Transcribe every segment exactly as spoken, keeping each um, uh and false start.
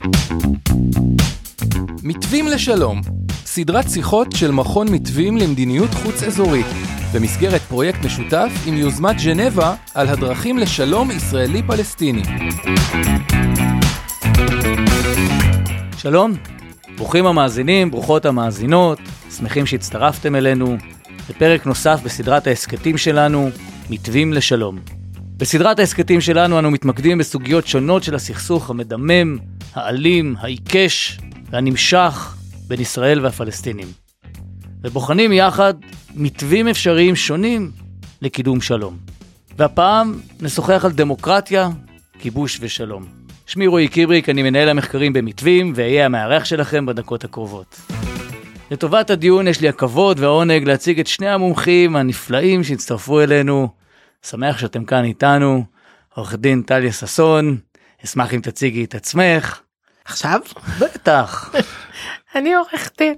מתווים לשלום, סדרת שיחות של מכון מתווים למדיניות חוץ אזורית, במסגרת פרויקט משותף עם יוזמת ג'נבה על הדרכים לשלום ישראלי-פלסטיני. שלום, ברוכים המאזינים, ברוכות המאזינות, שמחים שהצטרפתם אלינו בפרק נוסף בסדרת העסקתים שלנו, מתווים לשלום. בסדרת העסקתים שלנו אנו מתמקדים בסוגיות שונות של הסכסוך המדמם, האלים, העיקש והנמשך בין ישראל והפלסטינים. ובוחנים יחד מתווים אפשריים שונים לקידום שלום. והפעם נשוחח על דמוקרטיה, כיבוש ושלום. שמי רועי קיבריק, אני מנהל המחקרים במתווים ואהיה המארח שלכם בדקות הקרובות. לטובת הדיון יש לי הכבוד והעונג להציג את שני המומחים הנפלאים שהצטרפו אלינו. שמח שאתם כאן איתנו. עורך דין טליה ששון, אשמח אם תציגי את עצמך. עכשיו? בטח. אני עורך דין.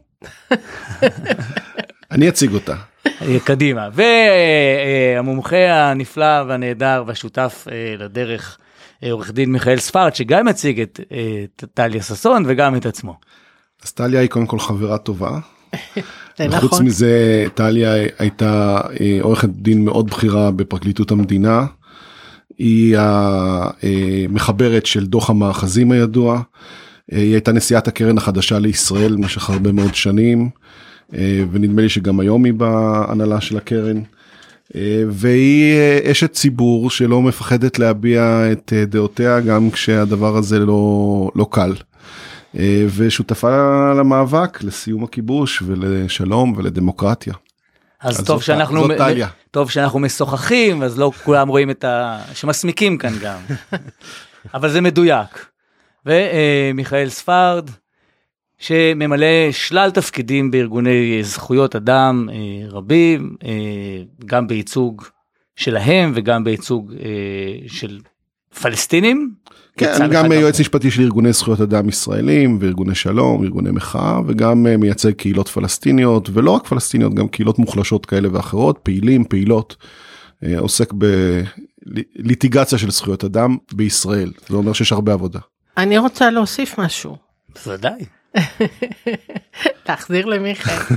אני אציג אותה. קדימה. והמומחה הנפלא והנהדר והשותף לדרך, עורך דין מיכאל ספרד, שגם מציג את טליה ששון וגם את עצמו. אז טליה היא קודם כל חברה טובה. וחוץ מזה, טליה הייתה עורכת דין מאוד בכירה בפרקליטות המדינה. היא המחברת של דוח המאחזים הידוע. היא הייתה נשיאת הקרן החדשה לישראל במשך הרבה מאוד שנים, ונדמה לי שגם היום היא בהנהלה של הקרן. והיא אשת ציבור שלא מפחדת להביע את דעותיה, גם כשהדבר הזה לא, לא קל. ושותפה למאבק, לסיום הכיבוש ולשלום ולדמוקרטיה. אז, אז טוב, שאנחנו, מ... טוב שאנחנו משוחחים, אז לא כולם רואים את ה... שמסמיקים כאן גם. אבל זה מדויק. ומיכאל ספרד, שממלא שלל תפקידים בארגוני זכויות אדם רבים, גם בייצוג שלהם וגם בייצוג של פלסטינים. כן, גם יועץ משפטי של ארגוני זכויות אדם ישראלים וארגוני שלום, ארגוני מחאה, וגם מייצג קהילות פלסטיניות, ולא רק פלסטיניות, גם קהילות מוחלשות כאלה ואחרות, פעילים, פעילות, עוסק בליטיגציה של זכויות אדם בישראל. זה אומר שיש הרבה עבודה. אני רוצה להוסיף משהו. ודאי. תחזיר למיכאל.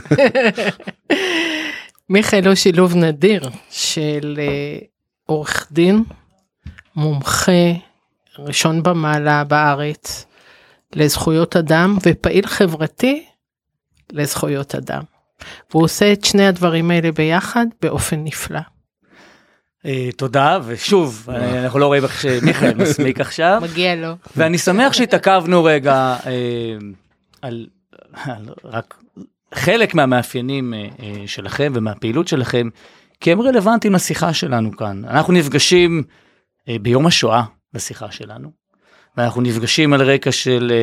מיכאל הוא שילוב נדיר של עורך דין, מומחה, ראשון במעלה בארץ, לזכויות אדם, ופעיל חברתי לזכויות אדם. והוא עושה את שני הדברים האלה ביחד באופן נפלא. תודה, ושוב, אנחנו לא רואים איך שמיכאל מסמיק עכשיו. מגיע לו. ואני שמח שהתעכבנו רגע על רק חלק מהמאפיינים שלכם ומהפעילות שלכם, כי הם רלוונטיים לשיחה שלנו כאן. אנחנו נפגשים ביום השואה בשיחה שלנו, ואנחנו נפגשים על רקע של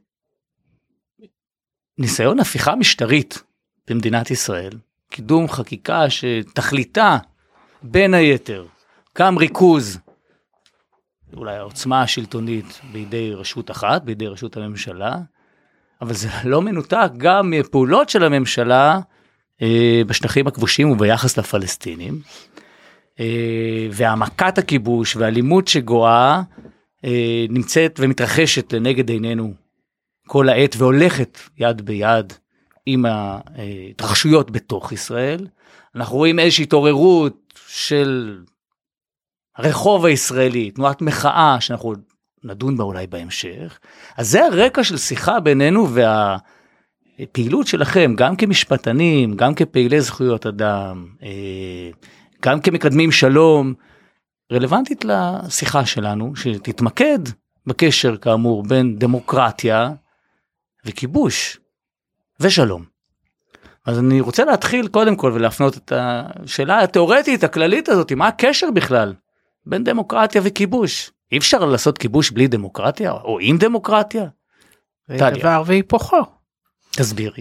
ניסיון הפיכה משטרית במדינת ישראל, קידום חקיקה שתכליתה בין היתר, גם ריכוז, אולי העוצמה השלטונית בידי רשות אחת, בידי רשות הממשלה, אבל זה לא מנותק גם מפעולות של הממשלה אה, בשטחים הכבושים וביחס לפלסטינים, אה, והעמקת הכיבוש והאלימות שגואה אה, נמצאת ומתרחשת לנגד עינינו כל העת, והולכת יד ביד עם ההתרחשויות בתוך ישראל. אנחנו רואים איזושהי התעוררות של הרחוב הישראלי, תנועת מחאה שאנחנו נדון בה אולי בהמשך. אז זה הרקע של שיחה בינינו, והפעילות שלכם, גם כמשפטנים, גם כפעילי זכויות אדם, גם כמקדמים שלום, רלוונטית לשיחה שלנו, שתתמקד בקשר כאמור בין דמוקרטיה וכיבוש ושלום. אז אני רוצה להתחיל קודם כל ולהפנות את השאלה התיאורטית, הכללית הזאת, מה הקשר בכלל בין דמוקרטיה וכיבוש? אי אפשר לעשות כיבוש בלי דמוקרטיה, או עם דמוקרטיה? זה דבר והיפוכו. תסבירי.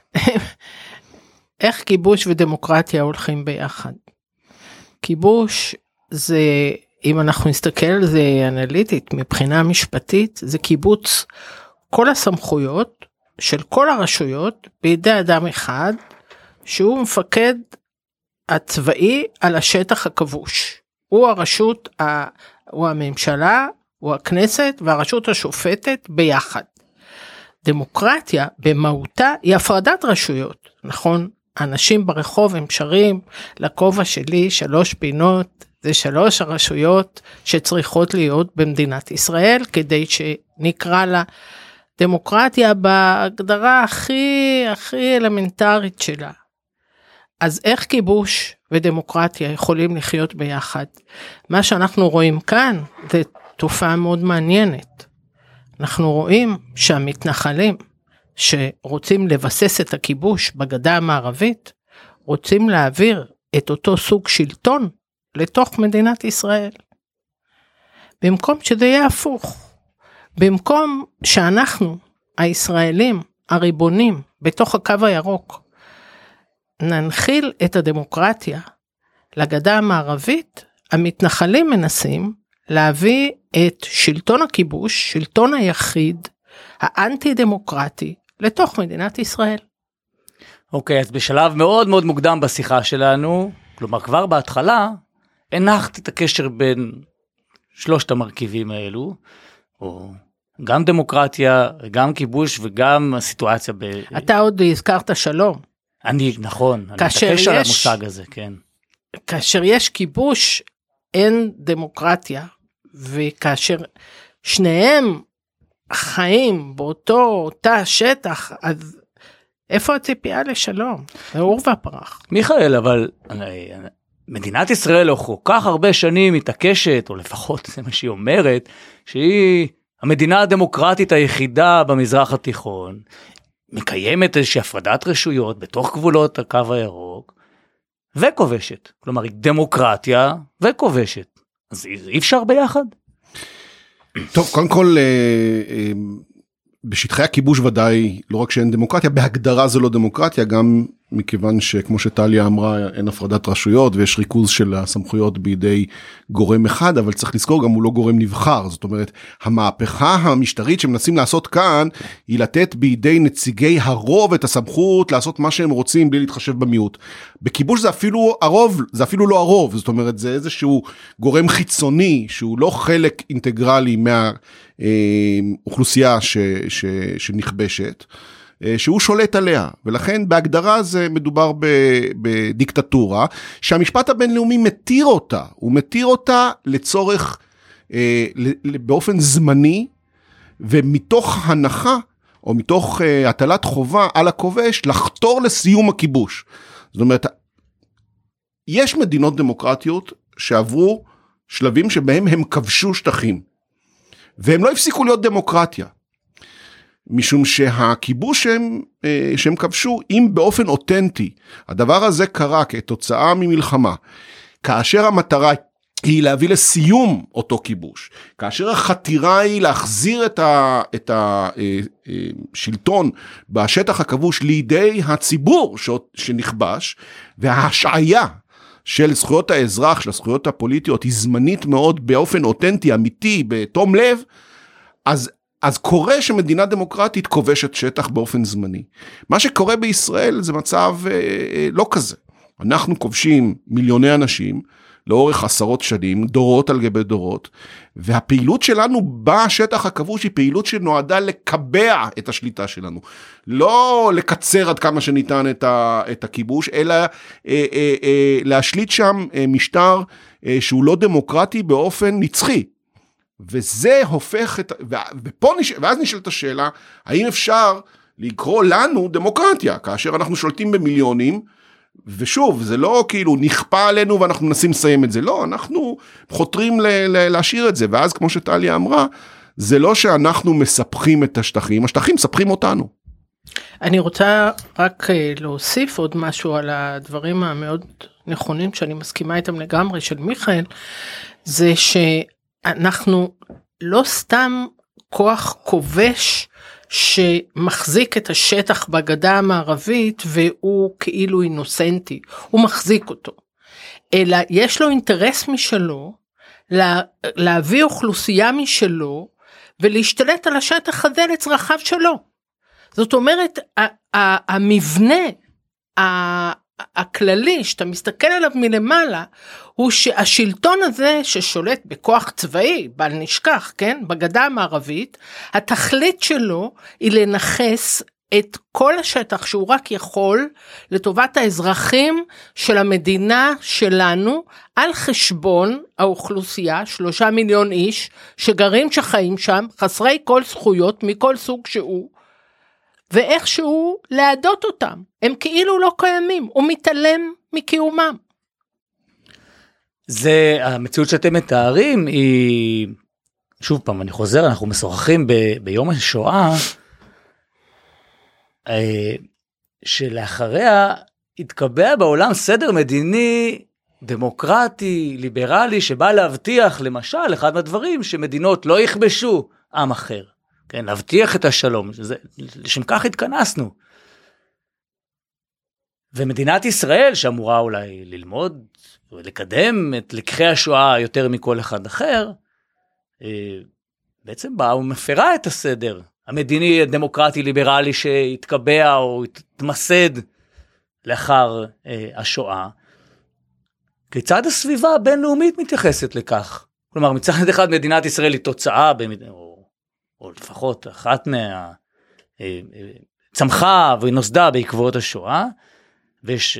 איך כיבוש ודמוקרטיה הולכים ביחד? כיבוש זה, אם אנחנו נסתכל על זה אנליטית, מבחינה משפטית, זה קיבוץ כל הסמכויות של כל הרשויות בידי אדם אחד, שהוא מפקד הצבאי על השטח הכבוש. הוא הרשות, הוא הממשלה, הוא הכנסת והרשות השופטת ביחד. דמוקרטיה במהותה היא הפרדת רשויות, נכון? אנשים ברחוב הם שרים, לכובע שלי שלוש פינות, זה שלוש הרשויות שצריכות להיות במדינת ישראל, כדי שנקרא לה דמוקרטיה בהגדרה הכי הכי אלמנטרית שלה. אז איך כיבוש ודמוקרטיה יכולים לחיות ביחד? מה שאנחנו רואים כאן זה תופעה מאוד מעניינת. אנחנו רואים שהמתנחלים שרוצים לבסס את הכיבוש בגדה המערבית, רוצים להעביר את אותו סוג שלטון לתוך מדינת ישראל. במקום שזה יהיה הפוך. במקום שאנחנו, הישראלים, הריבונים, בתוך הקו הירוק, ננחיל את הדמוקרטיה לגדה המערבית, המתנחלים מנסים להביא את שלטון הכיבוש, שלטון היחיד, האנטי דמוקרטי, לתוך מדינת ישראל. אוקיי, אז בשלב מאוד מאוד מוקדם בשיחה שלנו, כלומר כבר בהתחלה, הנחת את הקשר בין שלושת המרכיבים האלו, או גם דמוקרטיה, גם כיבוש וגם הסיטואציה ב... אתה עוד הזכרת שלום. אני, נכון, אני מתעקש על המושג הזה, כן. כאשר יש כיבוש, אין דמוקרטיה, וכאשר שניהם חיים באותו, אותה שטח, אז איפה הציפייה לשלום? זה עור והפרח. מיכאל, אבל מדינת ישראל לא כל כך הרבה שנים מתעקשת, או לפחות זה מה שהיא אומרת, שהיא המדינה הדמוקרטית היחידה במזרח התיכון, מקיימת איזושהי הפרדת רשויות בתוך גבולות הקו הירוק, וכובשת. כלומר, היא דמוקרטיה וכובשת. אז אי אפשר ביחד? טוב, קודם כל, בשטחי הכיבוש ודאי, לא רק שאין דמוקרטיה, בהגדרה זה לא דמוקרטיה, גם מכיוון שכמו שטליה אמרה, אין הפרדת רשויות, ויש ריכוז של הסמכויות בידי גורם אחד, אבל צריך לזכור, גם הוא לא גורם נבחר. זאת אומרת, המהפכה המשטרית שמנסים לעשות כאן, היא לתת בידי נציגי הרוב את הסמכות, לעשות מה שהם רוצים, בלי להתחשב במיעוט. בכיבוש זה אפילו הרוב, זה אפילו לא הרוב, זאת אומרת, זה איזשהו גורם חיצוני, שהוא לא חלק אינטגרלי מהאוכלוסייה ש, ש, שנכבשת, שהוא שולט עליה, ולכן בהגדרה זה מדובר בדיקטטורה, שהמשפט הבינלאומי מתיר אותה, הוא מתיר אותה לצורך, באופן זמני, ומתוך הנחה, או מתוך הטלת חובה על הכובש, לחתור לסיום הכיבוש. זאת אומרת, יש מדינות דמוקרטיות שעברו שלבים שבהם הם כבשו שטחים, והם לא הפסיקו להיות דמוקרטיה. משום שהכיבוש שהם, שהם כבשו, אם באופן אותנטי, הדבר הזה קרה כתוצאה ממלחמה, כאשר המטרה היא להביא לסיום אותו כיבוש, כאשר החתירה היא להחזיר את, ה, את השלטון בשטח הכבוש לידי הציבור שנכבש, וההשעיה של זכויות האזרח, של הזכויות הפוליטיות, היא זמנית מאוד באופן אותנטי, אמיתי, בתום לב, אז אז קורה שמדינה דמוקרטית כובשת שטח באופן זמני. מה שקורה בישראל זה מצב אה, לא כזה. אנחנו כובשים מיליוני אנשים, לאורך עשרות שנים, דורות על גבי דורות, והפעילות שלנו בשטח הכבוש היא פעילות שנועדה לקבע את השליטה שלנו. לא לקצר עד כמה שניתן את, ה, את הכיבוש, אלא אה, אה, אה, להשליט שם אה, משטר אה, שהוא לא דמוקרטי באופן נצחי. וזה הופך את, ופה נש... ואז נשאלת השאלה, האם אפשר לקרוא לנו דמוקרטיה, כאשר אנחנו שולטים במיליונים, ושוב, זה לא כאילו נכפה עלינו ואנחנו מנסים לסיים את זה, לא, אנחנו חותרים ל... ל... להשאיר את זה, ואז כמו שטליה אמרה, זה לא שאנחנו מספחים את השטחים, השטחים מספחים אותנו. אני רוצה רק להוסיף עוד משהו על הדברים המאוד נכונים, שאני מסכימה איתם לגמרי, של מיכאל, זה ש... אנחנו לא סתם כוח כובש שמחזיק את השטח בגדה המערבית והוא כאילו אינוסנטי, הוא מחזיק אותו, אלא יש לו אינטרס משלו לה, להביא אוכלוסייה משלו ולהשתלט על השטח הזה לצרכיו שלו. זאת אומרת, המבנה הכללי, שאתה מסתכל עליו מלמעלה, הוא שהשלטון הזה ששולט בכוח צבאי, בל נשכח, כן? בגדה המערבית, התכלית שלו היא לנחס את כל השטח שהוא רק יכול לטובת האזרחים של המדינה שלנו, על חשבון האוכלוסייה, שלושה מיליון איש, שגרים שחיים שם, חסרי כל זכויות מכל סוג שהוא, ואיכשהו להדות אותם. הם כאילו לא קיימים, הוא מתעלם מקיומם. זה, המציאות שאתם מתארים היא, שוב פעם, אני חוזר, אנחנו משוחחים ב, ביום השואה, שלאחריה התקבע בעולם סדר מדיני דמוקרטי, ליברלי, שבא להבטיח, למשל, אחד מהדברים, שמדינות לא יכבשו עם אחר. כן, להבטיח את השלום, שזה, לשם כך התכנסנו. ומדינת ישראל, שאמורה אולי ללמוד ולקדם את לקחי השואה יותר מכל אחד אחר, בעצם באה ומפרה את הסדר המדיני הדמוקרטי ליברלי שהתקבע או התמסד לאחר השואה. כיצד הסביבה הבינלאומית מתייחסת לכך? כלומר, מצד אחד מדינת ישראל היא תוצאה, או או לפחות אחת מה... צמחה ונוסדה בעקבות השואה, ויש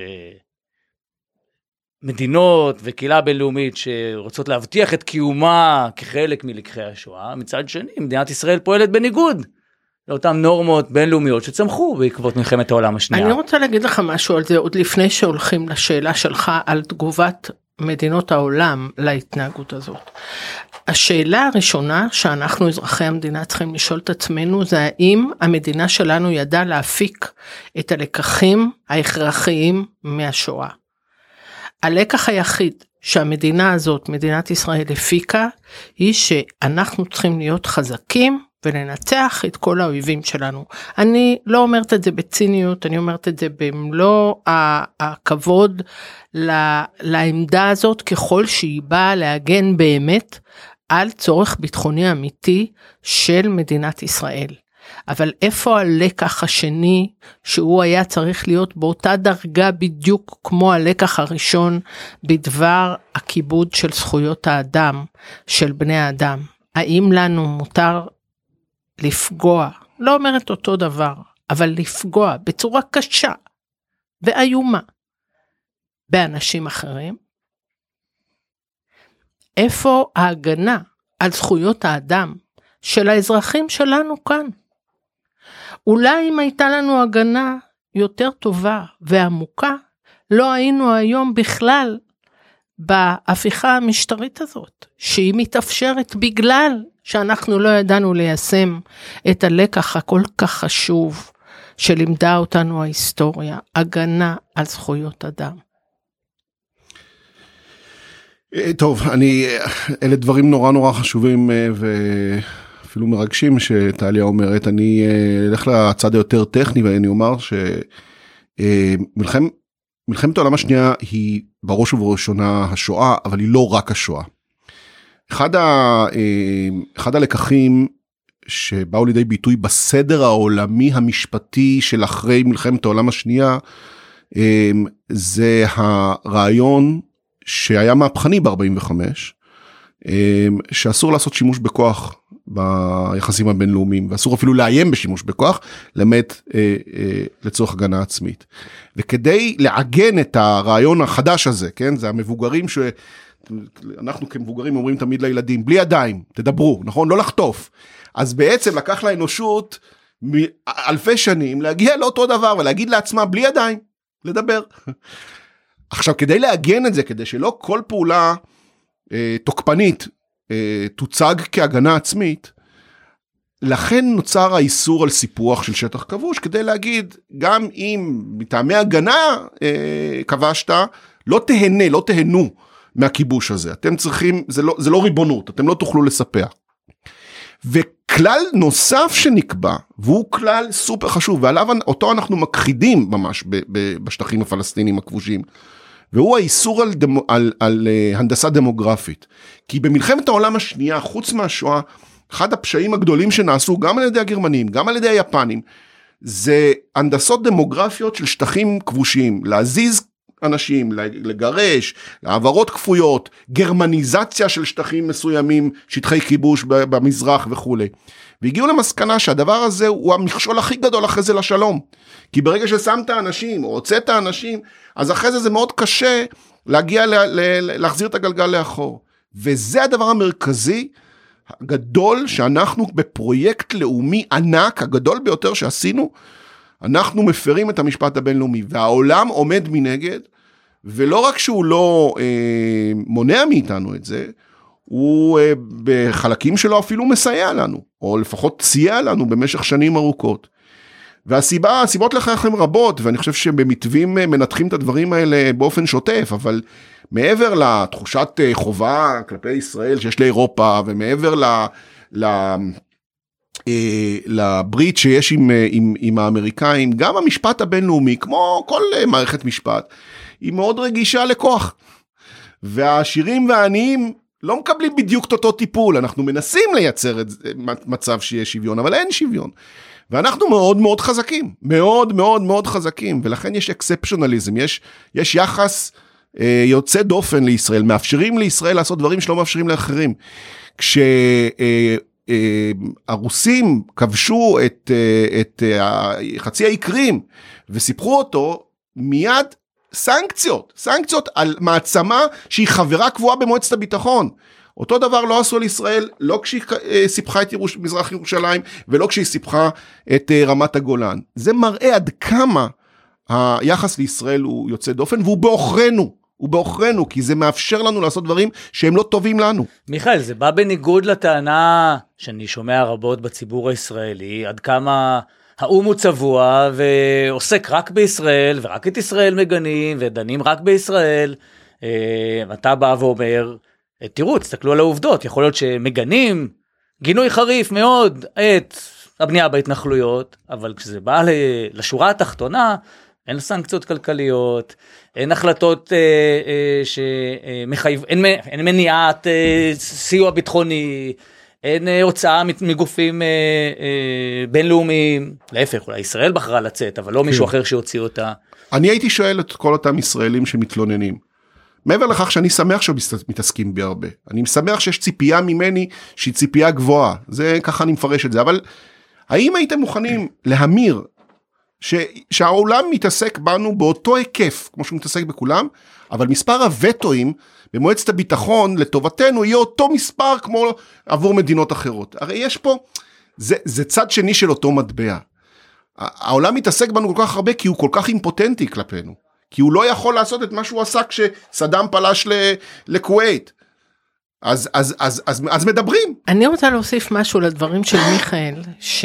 מדינות וקהילה בינלאומית שרוצות להבטיח את קיומה כחלק מלקחי השואה, מצד שני, מדינת ישראל פועלת בניגוד לאותן נורמות בינלאומיות שצמחו בעקבות מלחמת העולם השנייה. אני רוצה להגיד לך משהו על זה, עוד לפני שהולכים לשאלה שלך על תגובת מדינות העולם להתנהגות הזאת. השאלה הראשונה שאנחנו אזרחי המדינה צריכים לשאול את עצמנו, זה האם המדינה שלנו ידעה להפיק את הלקחים ההכרחיים מהשואה. הלקח היחיד שהמדינה הזאת, מדינת ישראל, הפיקה, היא שאנחנו צריכים להיות חזקים ולנצח את כל האויבים שלנו. אני לא אומרת את זה בציניות, אני אומרת את זה במלוא הכבוד לעמדה הזאת, ככל שהיא באה להגן באמת על צורך ביטחוני אמיתי של מדינת ישראל. אבל איפה הלקח השני, שהוא היה צריך להיות באותה דרגה בדיוק כמו הלקח הראשון, בדבר הכיבוד של זכויות האדם, של בני האדם? האם לנו מותר לפגוע, לא אומרת אותו דבר, אבל לפגוע בצורה קשה ואיומה באנשים אחרים? איפה ההגנה על זכויות האדם של האזרחים שלנו כאן? אולי אם הייתה לנו הגנה יותר טובה ועמוקה, לא היינו היום בכלל בהפיכה המשטרית הזאת, שהיא מתאפשרת בגלל שאנחנו לא ידענו ליישם את הלקח הכל כך חשוב שלימדה אותנו ההיסטוריה, הגנה על זכויות אדם. טוב, אני, אלה דברים נורא נורא חשובים ואפילו מרגשים שטליה אומרת. אני אלך לצד היותר טכני ואני אומר שמלחמת מלחמת העולם השנייה היא בראש ובראשונה השואה, אבל היא לא רק השואה. אחד, ה, אחד הלקחים שבאו לידי ביטוי בסדר העולמי המשפטי של אחרי מלחמת העולם השנייה, זה הרעיון שהיה מהפכני ב-ארבעים וחמש, שאסור לעשות שימוש בכוח ביחסים הבינלאומיים, ואסור אפילו לאיים בשימוש בכוח, למעט לצורך הגנה עצמית. וכדי לעגן את הרעיון החדש הזה, כן, זה המבוגרים ש... אנחנו כמבוגרים אומרים תמיד לילדים, בלי ידיים, תדברו, נכון? לא לחטוף. אז בעצם לקח לאנושות אלפי שנים להגיע לאותו דבר, ולהגיד לעצמה, בלי ידיים, לדבר. עכשיו, כדי להגן את זה, כדי שלא כל פעולה אה, תוקפנית אה, תוצג כהגנה עצמית, לכן נוצר האיסור על סיפוח של שטח כבוש, כדי להגיד, גם אם מטעמי הגנה אה, כבשת, לא תהנה, לא תהנו מהכיבוש הזה. אתם צריכים, זה לא, זה לא ריבונות, אתם לא תוכלו לספח. וכלל נוסף שנקבע, והוא כלל סופר חשוב, ועליו אותו אנחנו מכחידים ממש ב, ב, בשטחים הפלסטינים הכבושים, והוא האיסור על, דמו, על, על uh, הנדסה דמוגרפית. כי במלחמת העולם השנייה, חוץ מהשואה, אחד הפשעים הגדולים שנעשו גם על ידי הגרמנים, גם על ידי היפנים, זה הנדסות דמוגרפיות של שטחים כבושים, להזיז אנשים, לגרש, העברות כפויות, גרמניזציה של שטחים מסוימים, שטחי כיבוש במזרח וכו'. והגיעו למסקנה שהדבר הזה הוא המכשול הכי גדול אחרי זה לשלום. כי ברגע ששמת אנשים, או הוצאת אנשים, אז אחרי זה זה מאוד קשה להגיע, ל- ל- להחזיר את הגלגל לאחור. וזה הדבר המרכזי, הגדול, שאנחנו בפרויקט לאומי ענק, הגדול ביותר שעשינו, אנחנו מפרים את המשפט הבינלאומי, והעולם עומד מנגד, ולא רק שהוא לא אה, מונע מאיתנו את זה, הוא אה, בחלקים שלו אפילו מסייע לנו, או לפחות סייע לנו במשך שנים ארוכות. והסיבה, הסיבות לכך הן רבות, ואני חושב שבמתווים מנתחים את הדברים האלה באופן שוטף, אבל מעבר לתחושת חובה כלפי ישראל שיש לאירופה, ומעבר ל... ל לברית שיש עם, עם, עם האמריקאים, גם המשפט הבינלאומי, כמו כל מערכת משפט, היא מאוד רגישה לכוח. והעשירים והעניים לא מקבלים בדיוק את אותו טיפול, אנחנו מנסים לייצר את מצב שיש שוויון, אבל אין שוויון. ואנחנו מאוד מאוד חזקים, מאוד מאוד מאוד חזקים, ולכן יש אקספשונליזם, יש, יש יחס אה, יוצא דופן לישראל, מאפשרים לישראל לעשות דברים שלא מאפשרים לאחרים. כש... אה, הרוסים כבשו את, את חצי האי קרים וסיפחו אותו, מיד סנקציות, סנקציות על מעצמה שהיא חברה קבועה במועצת הביטחון. אותו דבר לא עשו לישראל, לא כשהיא סיפחה את ירוש, מזרח ירושלים, ולא כשהיא סיפחה את רמת הגולן. זה מראה עד כמה היחס לישראל הוא יוצא דופן, והוא באוכרנו. הוא באוכרנו, כי זה מאפשר לנו לעשות דברים שהם לא טובים לנו. מיכאל, זה בא בניגוד לטענה שאני שומע רבות בציבור הישראלי, עד כמה האום הוא צבוע ועוסק רק בישראל, ורק את ישראל מגנים, ודנים רק בישראל. אתה בא ואומר, תראו, תסתכלו על העובדות, יכול להיות שמגנים, גינוי חריף מאוד את הבנייה בהתנחלויות, אבל כשזה בא לשורה התחתונה, אין סנקציות כלכליות, אין החלטות אה, אה, שמחייב, אין, אין מניעת אה, סיוע ביטחוני, אין אה, הוצאה מגופים אה, אה, בינלאומיים, להפך, אולי ישראל בחרה לצאת, אבל לא מישהו אחר שהוציא אותה. אני הייתי שואל את כל אותם ישראלים שמתלוננים, מעבר לכך שאני שמח שמתעסקים בי הרבה, אני שמח שיש ציפייה ממני שהיא ציפייה גבוהה, זה ככה אני מפרש את זה, אבל האם הייתם מוכנים להמיר, ש... שהעולם מתעסק בנו באותו היקף, כמו שהוא מתעסק בכולם, אבל מספר הווטואים במועצת הביטחון לטובתנו יהיה אותו מספר כמו עבור מדינות אחרות. הרי יש פה, זה, זה צד שני של אותו מטבע. העולם מתעסק בנו כל כך הרבה כי הוא כל כך אימפוטנטי כלפינו. כי הוא לא יכול לעשות את מה שהוא עשה כשסדאם פלש לכווית. אז, אז, אז, אז, אז מדברים. אני רוצה להוסיף משהו לדברים של מיכאל, ש...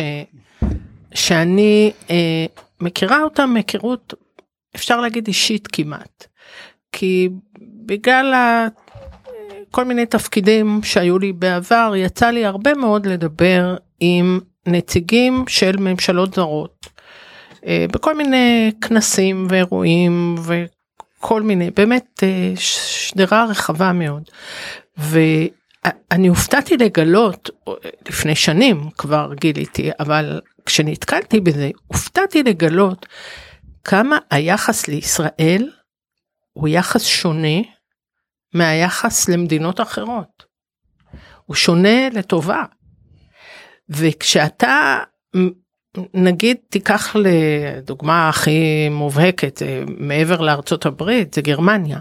שאני אה, מכירה אותם מכירות, אפשר להגיד אישית כמעט, כי בגלל ה, כל מיני תפקידים שהיו לי בעבר, יצא לי הרבה מאוד לדבר עם נציגים של ממשלות זרות, אה, בכל מיני כנסים ואירועים וכל מיני, באמת אה, שדרה רחבה מאוד, ואני הופתעתי לגלות, לפני שנים כבר גיליתי, אבל כשנתקלתי בזה, הופתעתי לגלות כמה היחס לישראל הוא יחס שונה מהיחס למדינות אחרות. הוא שונה לטובה. וכשאתה, נגיד, תיקח לדוגמה הכי מובהקת, מעבר לארצות הברית, זה גרמניה.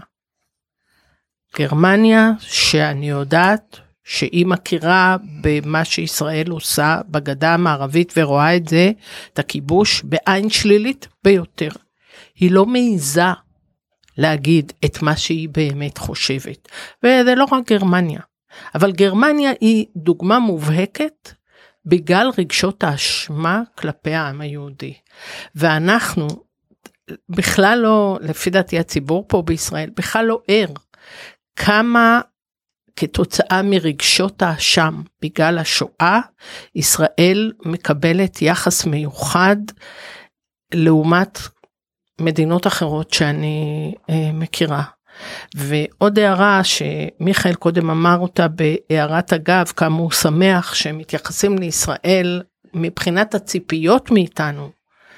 גרמניה שאני יודעת, שהיא מכירה במה שישראל עושה בגדה המערבית ורואה את זה, את הכיבוש, בעין שלילית ביותר. היא לא מעיזה להגיד את מה שהיא באמת חושבת. וזה לא רק גרמניה. אבל גרמניה היא דוגמה מובהקת בגלל רגשות האשמה כלפי העם היהודי. ואנחנו בכלל לא, לפי דעתי הציבור פה בישראל, בכלל לא ער כמה כתוצאה מרגשות האשם בגלל השואה, ישראל מקבלת יחס מיוחד לעומת מדינות אחרות שאני אה, מכירה. ועוד הערה שמיכאל קודם אמר אותה בהערת אגב, כמה הוא שמח שמתייחסים לישראל מבחינת הציפיות מאיתנו,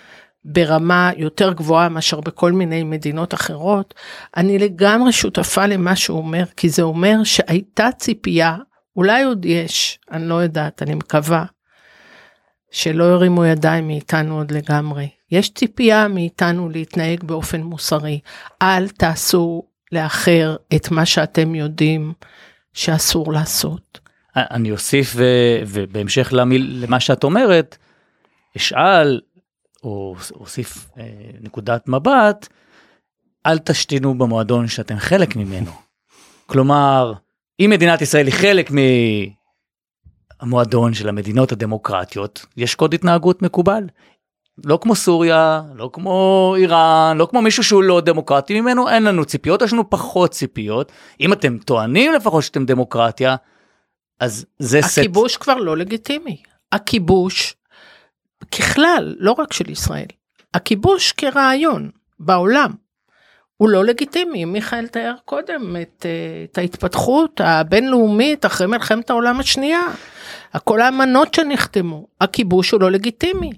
ברמה יותר גבוהה מאשר בכל מיני מדינות אחרות, אני לגמרי שותפה למה שהוא אומר, כי זה אומר שהייתה ציפייה, אולי עוד יש, אני לא יודעת, אני מקווה, שלא הרימו ידיים מאיתנו עוד לגמרי. יש ציפייה מאיתנו להתנהג באופן מוסרי, אל תעשו לאחר את מה שאתם יודעים שאסור לעשות. אני אוסיף ובהמשך למה שאת אומרת, אשאל, או אוסיף אה, נקודת מבט, אל תשתינו במועדון שאתם חלק ממנו. כלומר, אם מדינת ישראל היא חלק מהמועדון של המדינות הדמוקרטיות, יש קוד התנהגות מקובל. לא כמו סוריה, לא כמו איראן, לא כמו מישהו שהוא לא דמוקרטי ממנו, אין לנו ציפיות, יש לנו פחות ציפיות. אם אתם טוענים לפחות שאתם דמוקרטיה, אז זה סט. הכיבוש כבר לא לגיטימי. הכיבוש, ככלל, לא רק של ישראל, הכיבוש כרעיון בעולם, הוא לא לגיטימי. מיכאל תיאר קודם את, את ההתפתחות הבינלאומית אחרי מלחמת העולם השנייה, כל האמנות שנחתמו, הכיבוש הוא לא לגיטימי.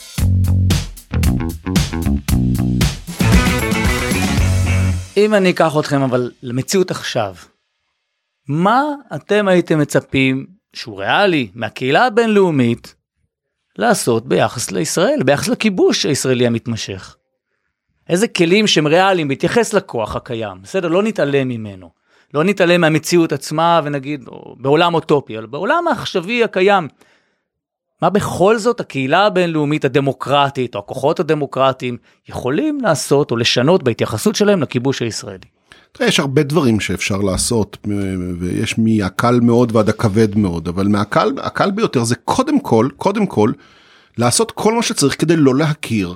אם אני אקח אתכם אבל למציאות עכשיו, מה אתם הייתם מצפים שהוא ריאלי מהקהילה הבינלאומית לעשות ביחס לישראל, ביחס לכיבוש הישראלי המתמשך? איזה כלים שהם ריאליים בהתייחס לכוח הקיים, בסדר? לא נתעלם ממנו, לא נתעלם מהמציאות עצמה ונגיד בעולם אוטופי, אלא בעולם העכשווי הקיים. מה בכל זאת הקהילה הבינלאומית הדמוקרטית או הכוחות הדמוקרטיים יכולים לעשות או לשנות בהתייחסות שלהם לכיבוש הישראלי? יש הרבה דברים שאפשר לעשות, ויש מהקל מאוד ועד הכבד מאוד, אבל מהקל, הקל ביותר זה קודם כל, קודם כל, לעשות כל מה שצריך כדי לא להכיר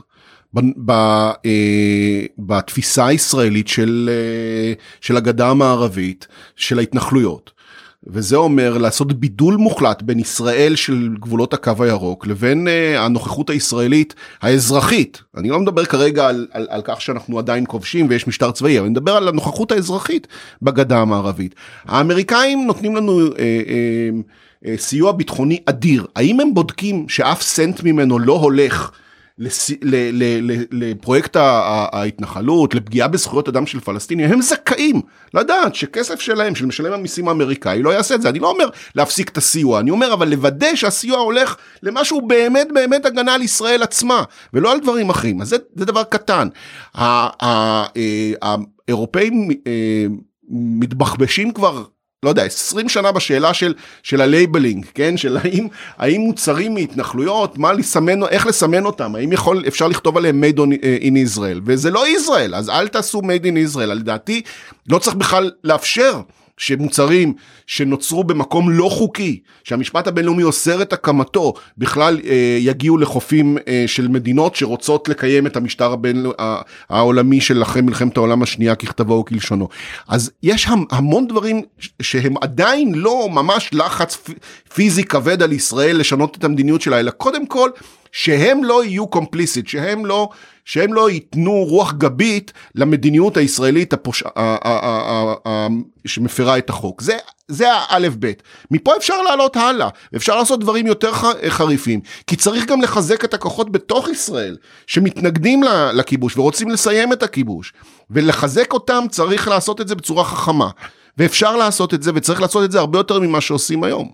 בתפיסה הישראלית של, של הגדה המערבית, של ההתנחלויות. וזה אומר לעשות בידול מוחלט בין ישראל של גבולות הקו הירוק, לבין uh, הנוכחות הישראלית האזרחית. אני לא מדבר כרגע על, על, על כך שאנחנו עדיין כובשים ויש משטר צבאי, אבל אני מדבר על הנוכחות האזרחית בגדה המערבית. האמריקאים נותנים לנו uh, uh, uh, סיוע ביטחוני אדיר. האם הם בודקים שאף סנט ממנו לא הולך לפרויקט ההתנחלות, לפגיעה בזכויות אדם של פלסטינים? הם זכאים לדעת שכסף שלהם, של משלם המיסים האמריקאי, לא יעשה את זה. אני לא אומר להפסיק את הסיוע, אני אומר אבל לוודא שהסיוע הולך למשהו באמת באמת הגנה על ישראל עצמה, ולא על דברים אחרים. אז זה, זה דבר קטן. האירופאים מתבחבשים כבר לא יודע, עשרים שנה בשאלה של, של הלייבלינג, כן? של האם, האם מוצרים מהתנחלויות, מה לסמן, איך לסמן אותם? האם יכול, אפשר לכתוב עליהם made in Israel? וזה לא ישראל, אז אל תעשו made in Israel. על דעתי, לא צריך בכלל לאפשר שמוצרים שנוצרו במקום לא חוקי, שהמשפט הבינלאומי אוסר את הקמתו, בכלל אה, יגיעו לחופים אה, של מדינות שרוצות לקיים את המשטר הבין, אה, העולמי של אחרי מלחמת העולם השנייה ככתבו וכלשונו. אז יש המון דברים שהם עדיין לא ממש לחץ פיזי כבד על ישראל לשנות את המדיניות שלה, אלא קודם כל שהם לא יהיו קומפליסט, שהם לא, שהם לא ייתנו רוח גבית למדיניות הישראלית הפוש... שמפרה את החוק. זה, זה האלף בית. מפה אפשר לעלות הלאה, אפשר לעשות דברים יותר חריפים, כי צריך גם לחזק את הכוחות בתוך ישראל, שמתנגדים לכיבוש ורוצים לסיים את הכיבוש, ולחזק אותם צריך לעשות את זה בצורה חכמה, ואפשר לעשות את זה, וצריך לעשות את זה הרבה יותר ממה שעושים היום.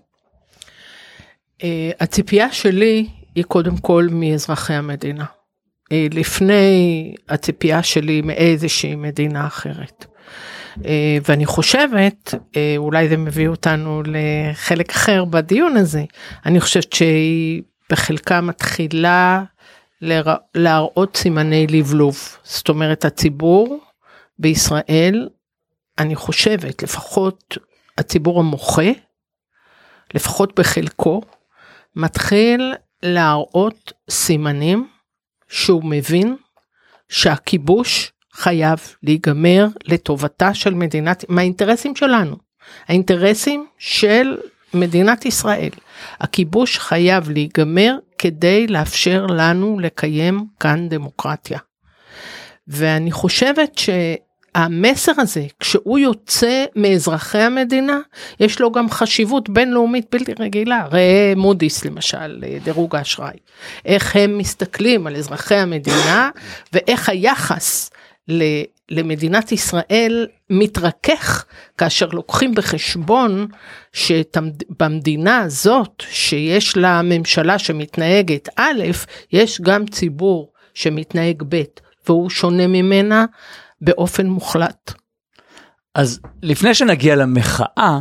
הציפייה שלי היא קודם כל מאזרחי המדינה, לפני הציפייה שלי מאיזושהי מדינה אחרת. ואני חושבת, אולי זה מביא אותנו לחלק אחר בדיון הזה, אני חושבת שהיא בחלקה מתחילה להראות סימני לבלוב. זאת אומרת, הציבור בישראל, אני חושבת, לפחות הציבור המוחה, לפחות בחלקו, מתחיל להראות סימנים שהוא מבין שהכיבוש חייב להיגמר לטובתה של מדינת, מהאינטרסים שלנו, האינטרסים של מדינת ישראל. הכיבוש חייב להיגמר כדי לאפשר לנו לקיים כאן דמוקרטיה. ואני חושבת המסר הזה, כשהוא יוצא מאזרחי המדינה, יש לו גם חשיבות בינלאומית בלתי רגילה. ראה מודיס למשל, דירוג האשראי. איך הם מסתכלים על אזרחי המדינה, ואיך היחס למדינת ישראל מתרכך, כאשר לוקחים בחשבון שבמדינה הזאת, שיש לה ממשלה שמתנהגת א', יש גם ציבור שמתנהג ב', והוא שונה ממנה באופן מוחלט. אז לפני שנגיע למחאה,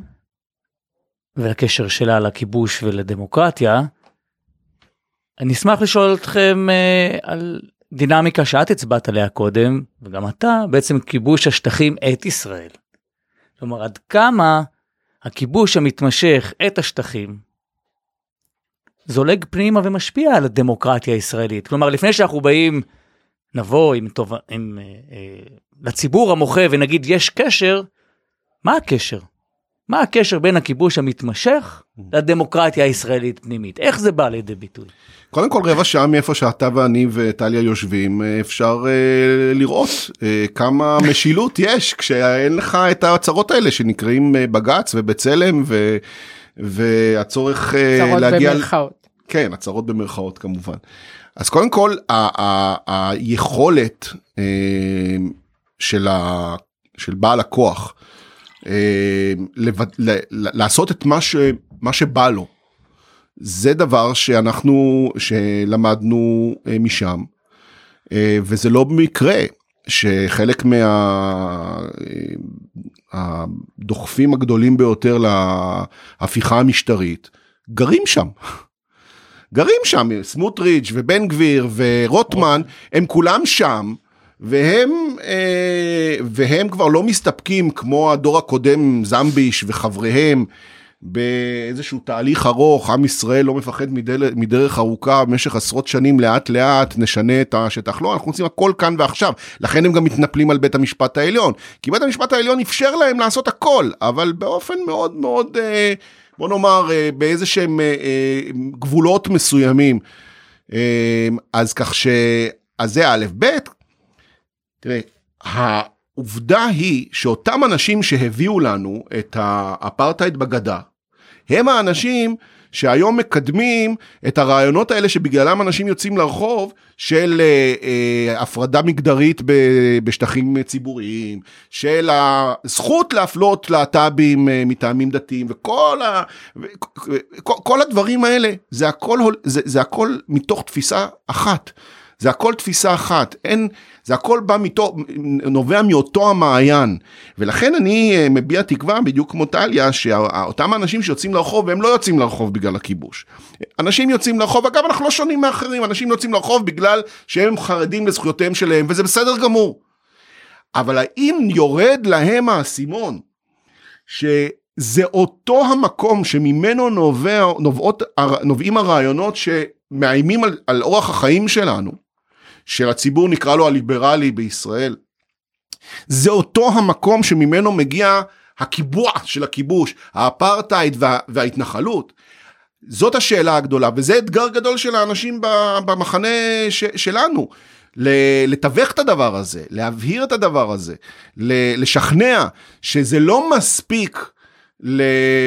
ולקשר שלה לכיבוש ולדמוקרטיה, אני אשמח לשאול אתכם אה, על דינמיקה שאת הצבעת עליה קודם, וגם אתה, בעצם כיבוש השטחים את ישראל. כלומר, עד כמה הכיבוש המתמשך את השטחים, זולג פנימה ומשפיע על הדמוקרטיה הישראלית. כלומר, לפני שאנחנו באים, נבוא עם, טוב, עם, אה, אה, לציבור המוחה ונגיד יש קשר, מה הקשר? מה הקשר בין הכיבוש המתמשך לדמוקרטיה הישראלית פנימית? איך זה בא לידי ביטוי? קודם כל רבע שעה מאיפה שאתה ואני וטליה יושבים, אפשר אה, לראות אה, כמה משילות יש, כשאין לך את הצרות האלה שנקראים בגץ ובצלם, ו, והצורך אה, צרות להגיע... במרכאות. כן, הצרות במרכאות כמובן. אז קודם כל, ה- ה- היכולת אה, של, ה- של בעל הכוח, אה, לבד, ל- לעשות את מה, ש, מה שבא לו, זה דבר שאנחנו, שלמדנו אה, משם, אה, וזה לא במקרה שחלק מהדוחפים הגדולים ביותר להפיכה המשטרית, גרים שם. גרים שם, סמוטריץ' ובן גביר ורוטמן, הם כולם שם, והם, והם כבר לא מסתפקים כמו הדור הקודם, זמביש וחבריהם, באיזשהו תהליך ארוך. עם ישראל לא מפחד מדרך ארוכה, במשך עשרות שנים לאט לאט נשנה את השטח. לא, אנחנו רוצים הכל כאן ועכשיו, לכן הם גם מתנפלים על בית המשפט העליון, כי בית המשפט העליון אפשר להם לעשות הכל, אבל באופן מאוד מאוד... בוא נאמר, באיזה שהם גבולות מסוימים. אז כך ש... אז זה א' ב', תראה, העובדה היא שאותם אנשים שהביאו לנו את האפרטהייד בגדה, הם האנשים שהיום מקדמים את הרעיונות האלה שבגללם אנשים יוצאים לרחוב, של אה, אה, הפרדה מגדרית בשטחים ציבוריים, של הזכות להפלות להט"בים אה, מטעמים דתיים, וכל ה, כל, כל הדברים האלה, זה הכל, זה, זה הכל מתוך תפיסה אחת. זה הכל תפיסה אחת, אין, זה הכל בא מתוך, נובע מאותו המעיין, ולכן אני מביע תקווה בדיוק כמו טליה, שאותם האנשים שיוצאים לרחוב, והם לא יוצאים לרחוב בגלל הכיבוש. אנשים יוצאים לרחוב, אגב אנחנו לא שונים מאחרים, אנשים יוצאים לרחוב בגלל שהם חרדים לזכויותיהם שלהם, וזה בסדר גמור. אבל האם יורד להם האסימון, שזה אותו המקום שממנו נובע, נובעות, נובעים הרעיונות שמאיימים על, על אורח החיים שלנו, של הציבור נקרא לו הליברלי בישראל, זה אותו המקום שממנו מגיע הקיבוע של הכיבוש, האפרטהייד וה, וההתנחלות. זאת השאלה הגדולה, וזה אתגר גדול של האנשים במחנה ש, שלנו, לתווך את הדבר הזה, להבהיר את הדבר הזה, לשכנע שזה לא מספיק ל...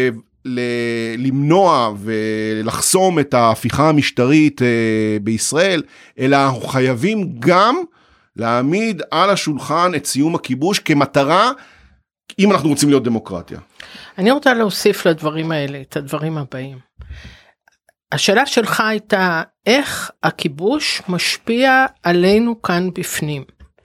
למנוע ולחסום את ההפיכה המשטרית בישראל, אלא אנחנו חייבים גם להעמיד על השולחן את סיום הכיבוש כמטרה, אם אנחנו רוצים להיות דמוקרטיה. אני רוצה להוסיף לדברים האלה את הדברים הבאים. השאלה שלך הייתה איך הכיבוש משפיע עלינו כאן בפנים.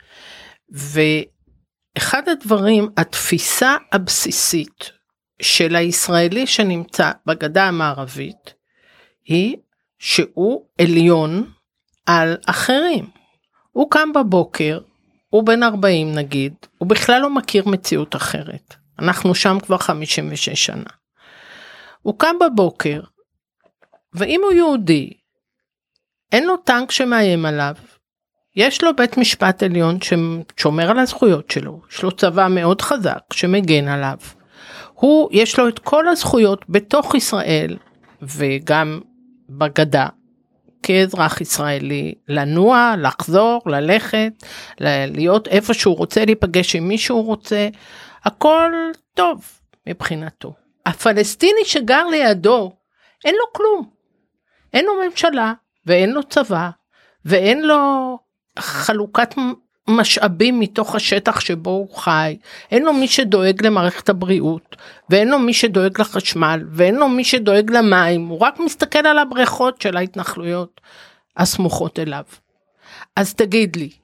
ואחד הדברים, התפיסה הבסיסית של הישראלי שנמצא בגדה המערבית, היא שהוא עליון על אחרים. הוא קם בבוקר, הוא בן ארבעים נגיד, הוא בכלל לא מכיר מציאות אחרת. אנחנו שם כבר חמישים ושש שנה. הוא קם בבוקר, ואם הוא יהודי, אין לו טנק שמאיים עליו, יש לו בית משפט עליון ששומר על הזכויות שלו, יש לו צבא מאוד חזק שמגן עליו, הוא, יש לו את כל הזכויות בתוך ישראל, וגם בגדה, כאזרח ישראלי, לנוע, לחזור, ללכת, להיות איפה שהוא רוצה, להיפגש עם מי שהוא רוצה, הכל טוב מבחינתו. הפלסטיני שגר לידו, אין לו כלום. אין לו ממשלה, ואין לו צבא, ואין לו חלוקת משאבים מתוך השטח שבו הוא חי, אין לו מי שדואג למערכת הבריאות, ואין לו מי שדואג לחשמל, ואין לו מי שדואג למים, הוא רק מסתכל על הבריכות של ההתנחלויות הסמוכות אליו. אז תגיד לי,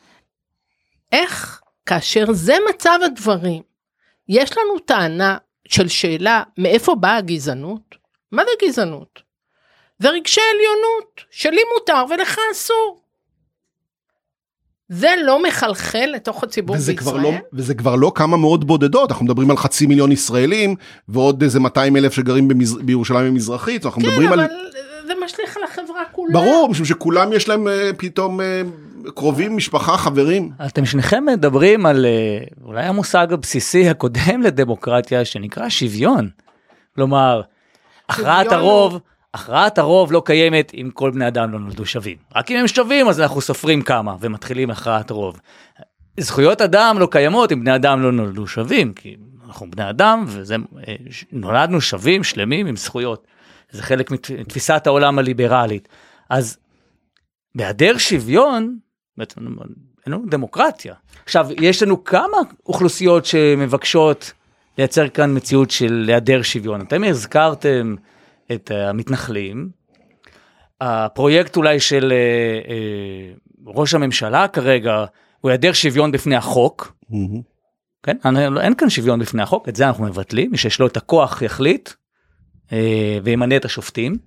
איך כאשר זה מצב הדברים, יש לנו טענה של שאלה מאיפה באה הגזענות? מה זה גזענות? זה רגשי עליונות, שלי מותר ולך אסור. זה לא מחלחל לתוך הציבור וזה בישראל. כבר לא, וזה כבר לא כמה מאוד בודדות, אנחנו מדברים על חצי מיליון ישראלים, ועוד איזה מאתיים אלף שגרים במז... בירושלים המזרחית, אנחנו כן, מדברים אבל על... זה משליך על החברה כולה. ברור, משום שכולם יש להם פתאום קרובים, משפחה, חברים. אתם שניכם מדברים על אולי המושג הבסיסי הקודם לדמוקרטיה, שנקרא שוויון. כלומר, הכרעת הרוב... הכרעת הרוב לא קיימת אם כל בני אדם לא נולדו שווים. רק אם הם שווים אז אנחנו סופרים כמה ומתחילים הכרעת רוב. זכויות אדם לא קיימות אם בני אדם לא נולדו שווים, כי אנחנו בני אדם ונולדנו שווים, שלמים עם זכויות. זה חלק מתפיסת העולם הליברלית. אז בהיעדר שוויון, אין לנו דמוקרטיה. עכשיו, יש לנו כמה אוכלוסיות שמבקשות לייצר כאן מציאות של היעדר שוויון. אתם הזכרתם את המתנחלים, הפרויקט אולי של אה, אה, ראש הממשלה כרגע, הוא היעדר שוויון בפני החוק, mm-hmm. כן? אין, אין כאן שוויון בפני החוק, את זה אנחנו מבטלים, מי שיש לו את הכוח יחליט, אה, וימנה את השופטים,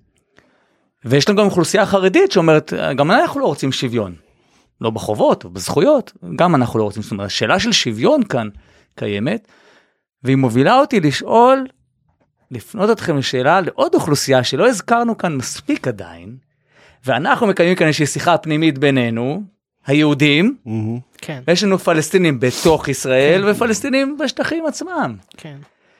ויש לנו גם אוכלוסייה חרדית שאומרת, גם אנחנו לא רוצים שוויון, לא בחובות, בזכויות, גם אנחנו לא רוצים, זאת אומרת, השאלה של שוויון כאן קיימת, והיא מובילה אותי לשאול, לפנות אתכם לשאלה לעוד אוכלוסייה שלא הזכרנו כאן מספיק עדיין, ואנחנו מקיימים כאן איזושהי שיחה פנימית בינינו, היהודים, mm-hmm. כן. ויש לנו פלסטינים בתוך ישראל, כן. ופלסטינים בשטחים עצמם. כן.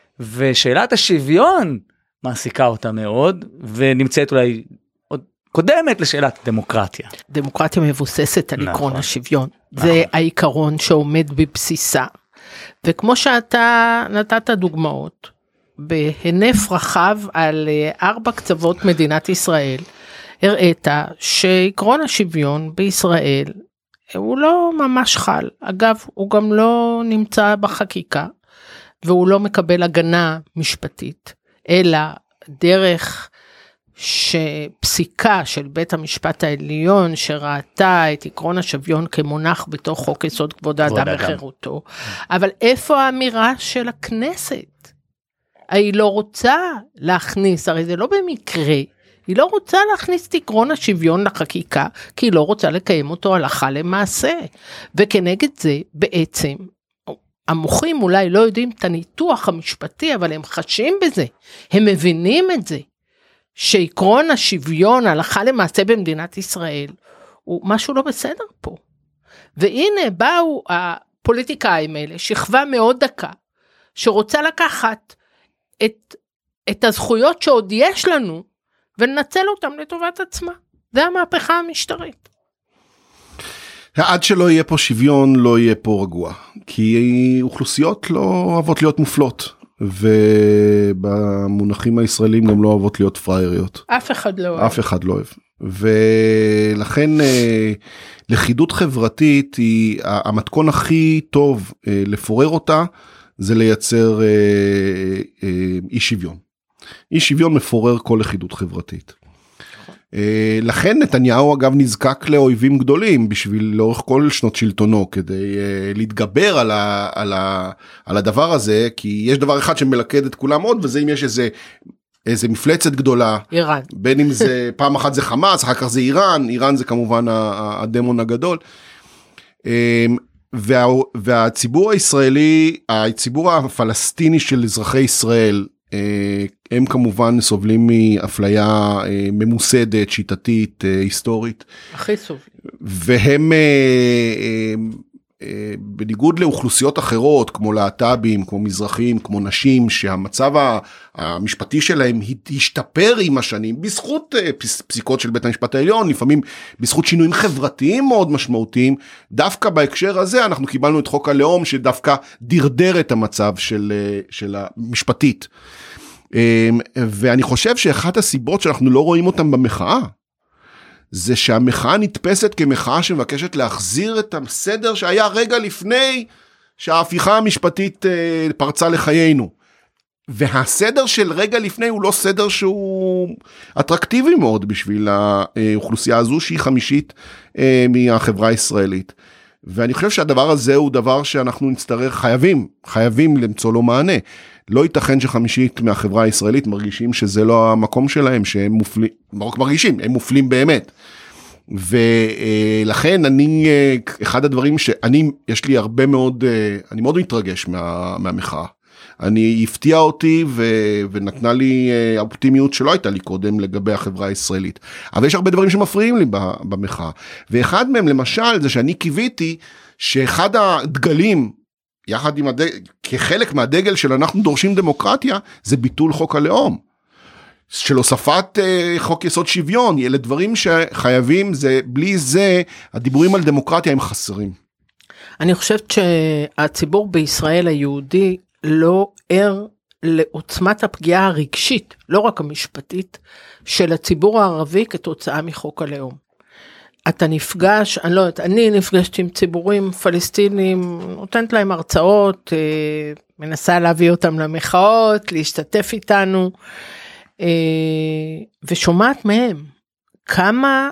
ושאלת השוויון מעסיקה אותה מאוד, ונמצאת אולי עוד קודמת לשאלת דמוקרטיה. דמוקרטיה מבוססת על נכון. עקרון השוויון. נכון. זה העיקרון שעומד בבסיסה. וכמו שאתה נתת דוגמאות, בהנף רחב על ארבע קצוות מדינת ישראל, הראית שעקרון השוויון בישראל הוא לא ממש חל. אגב, הוא גם לא נמצא בחקיקה, והוא לא מקבל הגנה משפטית, אלא דרך שפסיקה של בית המשפט העליון, שראתה את עקרון השוויון כמונח בתוך חוק יסוד כבוד האדם וחירותו. אבל איפה האמירה של הכנסת? היא לא רוצה להכניס, הרי זה לא במקרה, היא לא רוצה להכניס את עקרון השוויון לחקיקה, כי היא לא רוצה לקיים אותו הלכה למעשה. וכנגד זה בעצם, המוחים אולי לא יודעים את הניתוח המשפטי, אבל הם חשים בזה, הם מבינים את זה, שעקרון השוויון הלכה למעשה במדינת ישראל, הוא משהו לא בסדר פה. והנה באו הפוליטיקאים האלה, שכבה מאוד דקה, שרוצה לקחת, את, את הזכויות שעוד יש לנו, ולנצל אותם לטובת עצמה. זה המהפכה המשטרית. עד שלא יהיה פה שוויון, לא יהיה פה רגוע. כי אוכלוסיות לא אוהבות להיות מופלות. ובמונחים הישראלים גם לא אוהבות להיות פרייריות. אף אחד לא אוהב. אף אחד לא אוהב. ולכן לכידות חברתית היא המתכון הכי טוב לפורר אותה, זה לייצר אה, אה, אי שוויון. אי שוויון מפורר כל לכידות חברתית. אה, לכן נתניהו אגב נזקק לאויבים גדולים, בשביל לאורך כל שנות שלטונו, כדי אה, להתגבר על, ה, על, ה, על הדבר הזה, כי יש דבר אחד שמלכד את כולם עוד, וזה אם יש איזה, איזה מפלצת גדולה. איראן. בין אם זה, פעם אחת זה חמאס, אחר כך זה איראן, איראן זה כמובן הדמון הגדול. אה, וה, והציבור הישראלי, הציבור הפלסטיני של אזרחי ישראל, הם כמובן סובלים מאפליה ממוסדת, שיטתית, היסטורית. הכי סובלים. והם בניגוד לאוכלוסיות אחרות, כמו להט"בים, כמו מזרחים, כמו נשים, שהמצב המשפטי שלהם השתפר עם השנים, בזכות פסיקות של בית המשפט העליון, לפעמים בזכות שינויים חברתיים מאוד משמעותיים, דווקא בהקשר הזה אנחנו קיבלנו את חוק הלאום, שדווקא דרדר את המצב של, של המשפטית. ואני חושב שאחת הסיבות שאנחנו לא רואים אותם במחאה, זה שהמחאה נתפסת כמחאה שמבקשת להחזיר את הסדר שהיה רגע לפני שההפיכה המשפטית פרצה לחיינו. והסדר של רגע לפני הוא לא סדר שהוא אטרקטיבי מאוד בשביל האוכלוסייה הזו, שהיא חמישית מהחברה הישראלית. ואני חושב שהדבר הזה הוא דבר שאנחנו נצטרך, חייבים, חייבים למצוא לו מענה. לא ייתכן שחמישית מהחברה הישראלית מרגישים שזה לא המקום שלהם, שהם מופלים, לא רק מרגישים, הם מופלים באמת. ולכן אני, אחד הדברים שאני, יש לי הרבה מאוד, אני מאוד מתרגש מה, מהמחאה. אני, הפתיע אותי ו, ונתנה לי אופטימיות שלא הייתה לי קודם לגבי החברה הישראלית. אבל יש הרבה דברים שמפריעים לי במחאה. ואחד מהם למשל זה שאני קיוויתי שאחד הדגלים, יחד עם הדגל, כחלק מהדגל של אנחנו דורשים דמוקרטיה, זה ביטול חוק הלאום. של הוספת חוק יסוד שוויון, אלה דברים שחייבים, זה, בלי זה, הדיבורים על דמוקרטיה הם חסרים. אני חושבת שהציבור בישראל היהודי לא ער לעוצמת הפגיעה הרגשית, לא רק המשפטית, של הציבור הערבי כתוצאה מחוק הלאום. אתה נפגש, אני לא יודעת, אני נפגשתי עם ציבורים פלסטינים, נותנת להם הרצאות, מנסה להביא אותם למחאות, להשתתף איתנו, ושומעת מהם כמה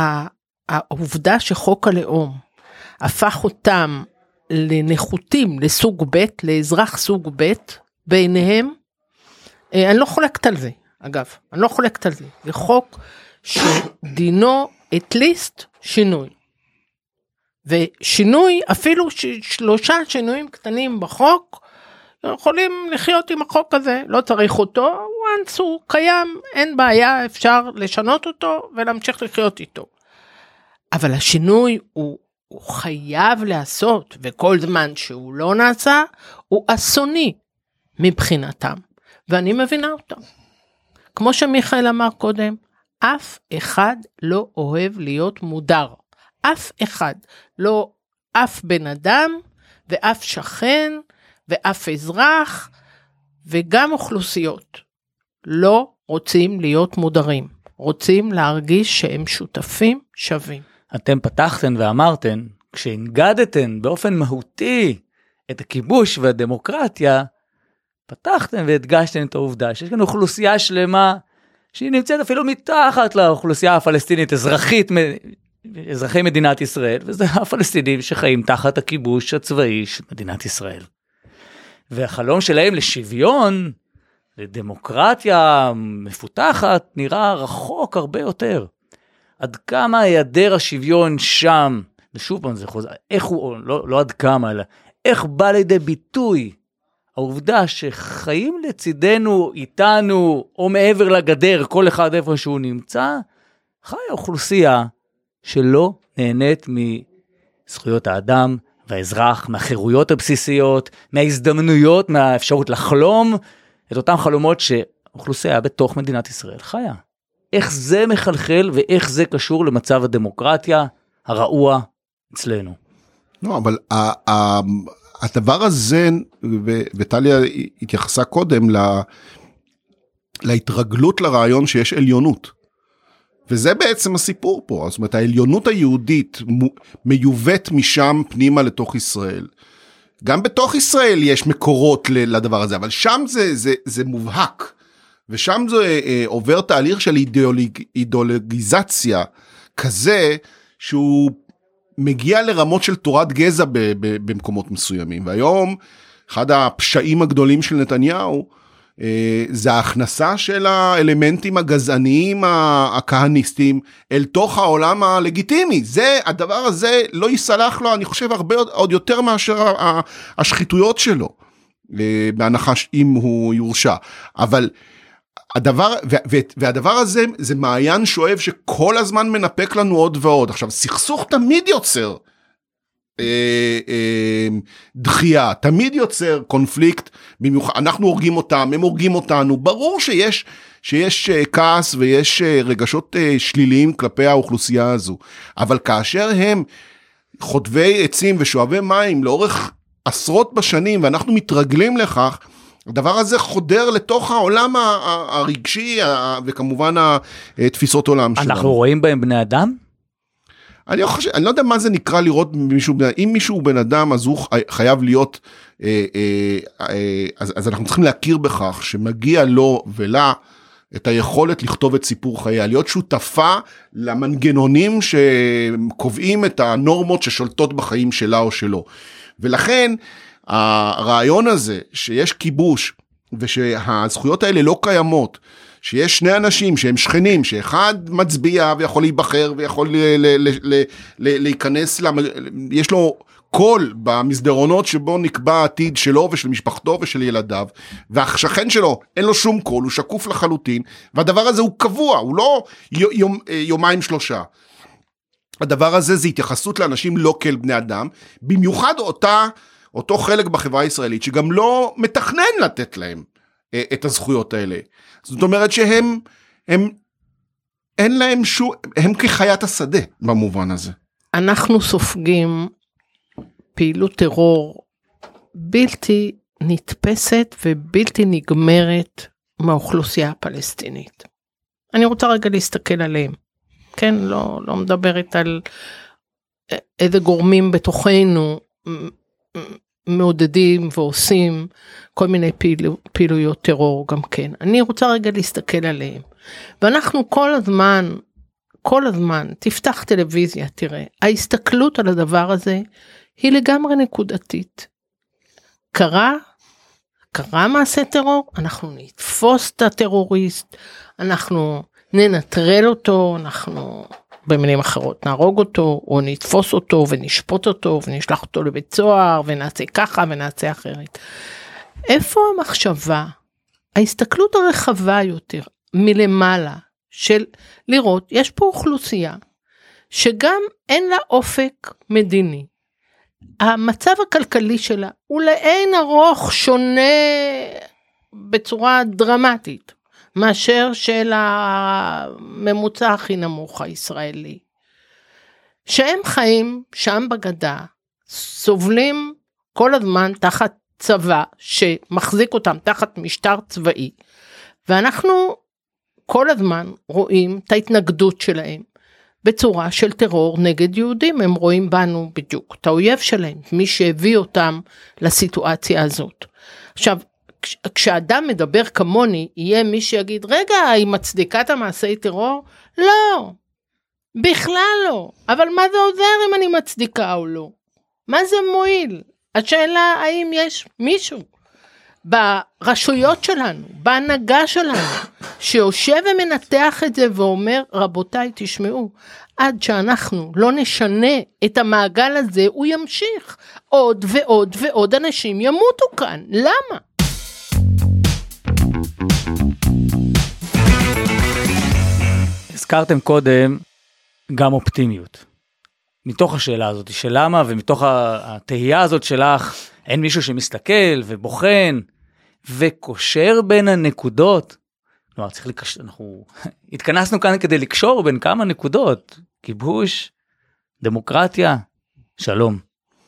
העובדה שחוק הלאום הפך אותם לנחותים, לסוג ב', לאזרח סוג ב', ביניהם, אני לא חולקת על זה, אגב, אני לא חולקת על זה, זה חוק שדינו את ליסט שינוי, ושינוי, אפילו שלושה שינויים קטנים בחוק, יכולים לחיות עם החוק הזה, לא צריך אותו, once הוא קיים, אין בעיה, אפשר לשנות אותו, ולהמשיך לחיות איתו. אבל השינוי הוא, הוא חייב לעשות, וכל זמן שהוא לא נעשה, הוא אסוני מבחינתם, ואני מבינה אותם. כמו שמיכאל אמר קודם, אף אחד לא אוהב להיות מודר, אף אחד, לא אף בן אדם, ואף שכן, ואף אזרח, וגם אוכלוסיות, לא רוצים להיות מודרים, רוצים להרגיש שהם שותפים שווים. אתם פתחתם ואמרתם, כשהנגדתם באופן מהותי את הכיבוש והדמוקרטיה, פתחתם והדגשתם את העובדה, שיש כאן אוכלוסייה שלמה, שהיא נמצאת אפילו מתחת לאוכלוסייה הפלסטינית, אזרחית, אזרחי מדינת ישראל, וזה הפלסטינים שחיים תחת הכיבוש הצבאי של מדינת ישראל. והחלום שלהם לשוויון, לדמוקרטיה מפותחת, נראה רחוק הרבה יותר. עד כמה היעדר השוויון שם, ושוב פעם זה חוזר, איך הוא, לא, לא עד כמה, אלא איך בא לידי ביטוי, העובדה שחיים לצידנו, איתנו, או מעבר לגדר, כל אחד איפה שהוא נמצא, חי אוכלוסייה שלא נהנית מזכויות האדם, והאזרח, מהחירויות הבסיסיות, מההזדמנויות, מהאפשרות לחלום, את אותם חלומות שאוכלוסייה בתוך מדינת ישראל חיה. איך זה מחלחל ואיך זה קשור למצב הדמוקרטיה הרעוע אצלנו. לא, אבל הדבר הזה, וטליה התייחסה קודם, להתרגלות לרעיון שיש עליונות. וזה בעצם הסיפור פה, זאת אומרת, העליונות היהודית מיובאת משם פנימה לתוך ישראל. גם בתוך ישראל יש מקורות לדבר הזה, אבל שם זה, זה, זה מובהק, ושם זה עובר תהליך של אידיאולוג, אידיאולוגיזציה כזה, שהוא מגיע לרמות של תורת גזע ב, ב, במקומות מסוימים. והיום, אחד הפשעים הגדולים של נתניהו, זה ההכנסה של האלמנטים הגזעניים הכהניסטים אל תוך העולם הלגיטימי. זה, הדבר הזה לא יסלח לו, אני חושב, הרבה עוד יותר מאשר השחיתויות שלו, בהנחה אם הוא יורשע. אבל הדבר, והדבר הזה, זה מעיין שואב שכל הזמן מנפק לנו עוד ועוד. עכשיו, סכסוך תמיד יוצר אה, אה, דחייה, תמיד יוצר קונפליקט, במיוחד, אנחנו הורגים אותם, הם הורגים אותנו, ברור שיש, שיש אה, כעס ויש אה, רגשות אה, שליליים כלפי האוכלוסייה הזו, אבל כאשר הם חוטבי עצים ושואבי מים לאורך עשרות בשנים, ואנחנו מתרגלים לכך, הדבר הזה חודר לתוך העולם הרגשי, וכמובן התפיסות עולם שלנו. אנחנו רואים בהם בני אדם? אני לא חושב, אני לא יודע מה זה נקרא לראות מישהו, אם מישהו בן אדם, אז הוא חייב להיות, אז, אז אנחנו צריכים להכיר בכך, שמגיע לו ולה, את היכולת לכתוב את סיפור חייה, להיות שותפה למנגנונים שקובעים את הנורמות ששולטות בחיים שלה או שלו. ולכן, הרעיון הזה שיש כיבוש, ושהזכויות האלה לא קיימות, שיש שני אנשים שהם שכנים, שאחד מצביע ויכול להיבחר, ויכול ל- ל- ל- ל- להיכנס, למ... יש לו קול במסדרונות שבו נקבע העתיד שלו ושל משפחתו ושל ילדיו, והשכן שלו אין לו שום קול, הוא שקוף לחלוטין, והדבר הזה הוא קבוע, הוא לא יום, יומיים שלושה. הדבר הזה זה התייחסות לאנשים לא כאל בני אדם, במיוחד אותה, אותו חלק בחברה הישראלית, שגם לא מתכנן לתת להם את הזכויות האלה. זאת אומרת שהם, הם, אין להם שום, הם כחיית השדה במובן הזה. אנחנו סופגים פעילות טרור בלתי נתפסת ובלתי נגמרת מהאוכלוסייה הפלסטינית. אני רוצה רגע להסתכל עליהם. כן, לא, לא מדברת על איזה גורמים בתוכנו מעודדים ועושים כל מיני פעילו, פעילויות טרור גם כן. אני רוצה רגע להסתכל עליהם. ואנחנו כל הזמן, כל הזמן, תפתח טלוויזיה, תראה, ההסתכלות על הדבר הזה היא לגמרי נקודתית. קרה, קרה מעשה טרור, אנחנו נתפוס את הטרוריסט, אנחנו ננטרל אותו, אנחנו במילים אחרות נהרוג אותו, או נתפוס אותו ונשפוט אותו, ונשלח אותו לבית סוהר, ונעשה ככה ונעשה אחרת. איפה המחשבה, ההסתכלות הרחבה יותר, מלמעלה, של לראות, יש פה אוכלוסייה, שגם אין לה אופק מדיני, המצב הכלכלי שלה, הוא לאין ארוך שונה, בצורה דרמטית, מאשר של הממוצע הכי נמוך הישראלי. שהם חיים שם בגדה, סובלים כל הזמן תחת צבא, שמחזיק אותם תחת משטר צבאי, ואנחנו כל הזמן רואים את ההתנגדות שלהם, בצורה של טרור נגד יהודים, הם רואים בנו בדיוק את האויב שלהם, מי שהביא אותם לסיטואציה הזאת. עכשיו, כשאדם מדבר כמוני, יהיה מי שיגיד, רגע, היא מצדיקה את המעשי טרור? לא, בכלל לא. אבל מה זה עוזר אם אני מצדיקה או לא? מה זה מועיל? השאלה, האם יש מישהו ברשויות שלנו, בהנהגה שלנו, שיושב ומנתח את זה ואומר, רבותיי, תשמעו, עד שאנחנו לא נשנה את המעגל הזה, הוא ימשיך. עוד ועוד ועוד אנשים ימותו כאן. למה? הזכרתם קודם גם אופטימיות. מתוך השאלה הזאת של למה, ומתוך התהייה הזאת שלך, אין מישהו שמסתכל ובוחן, וקושר בין הנקודות. כלומר, צריך לקשר, אנחנו התכנסנו כאן כדי לקשור בין כמה נקודות. כיבוש, דמוקרטיה, שלום.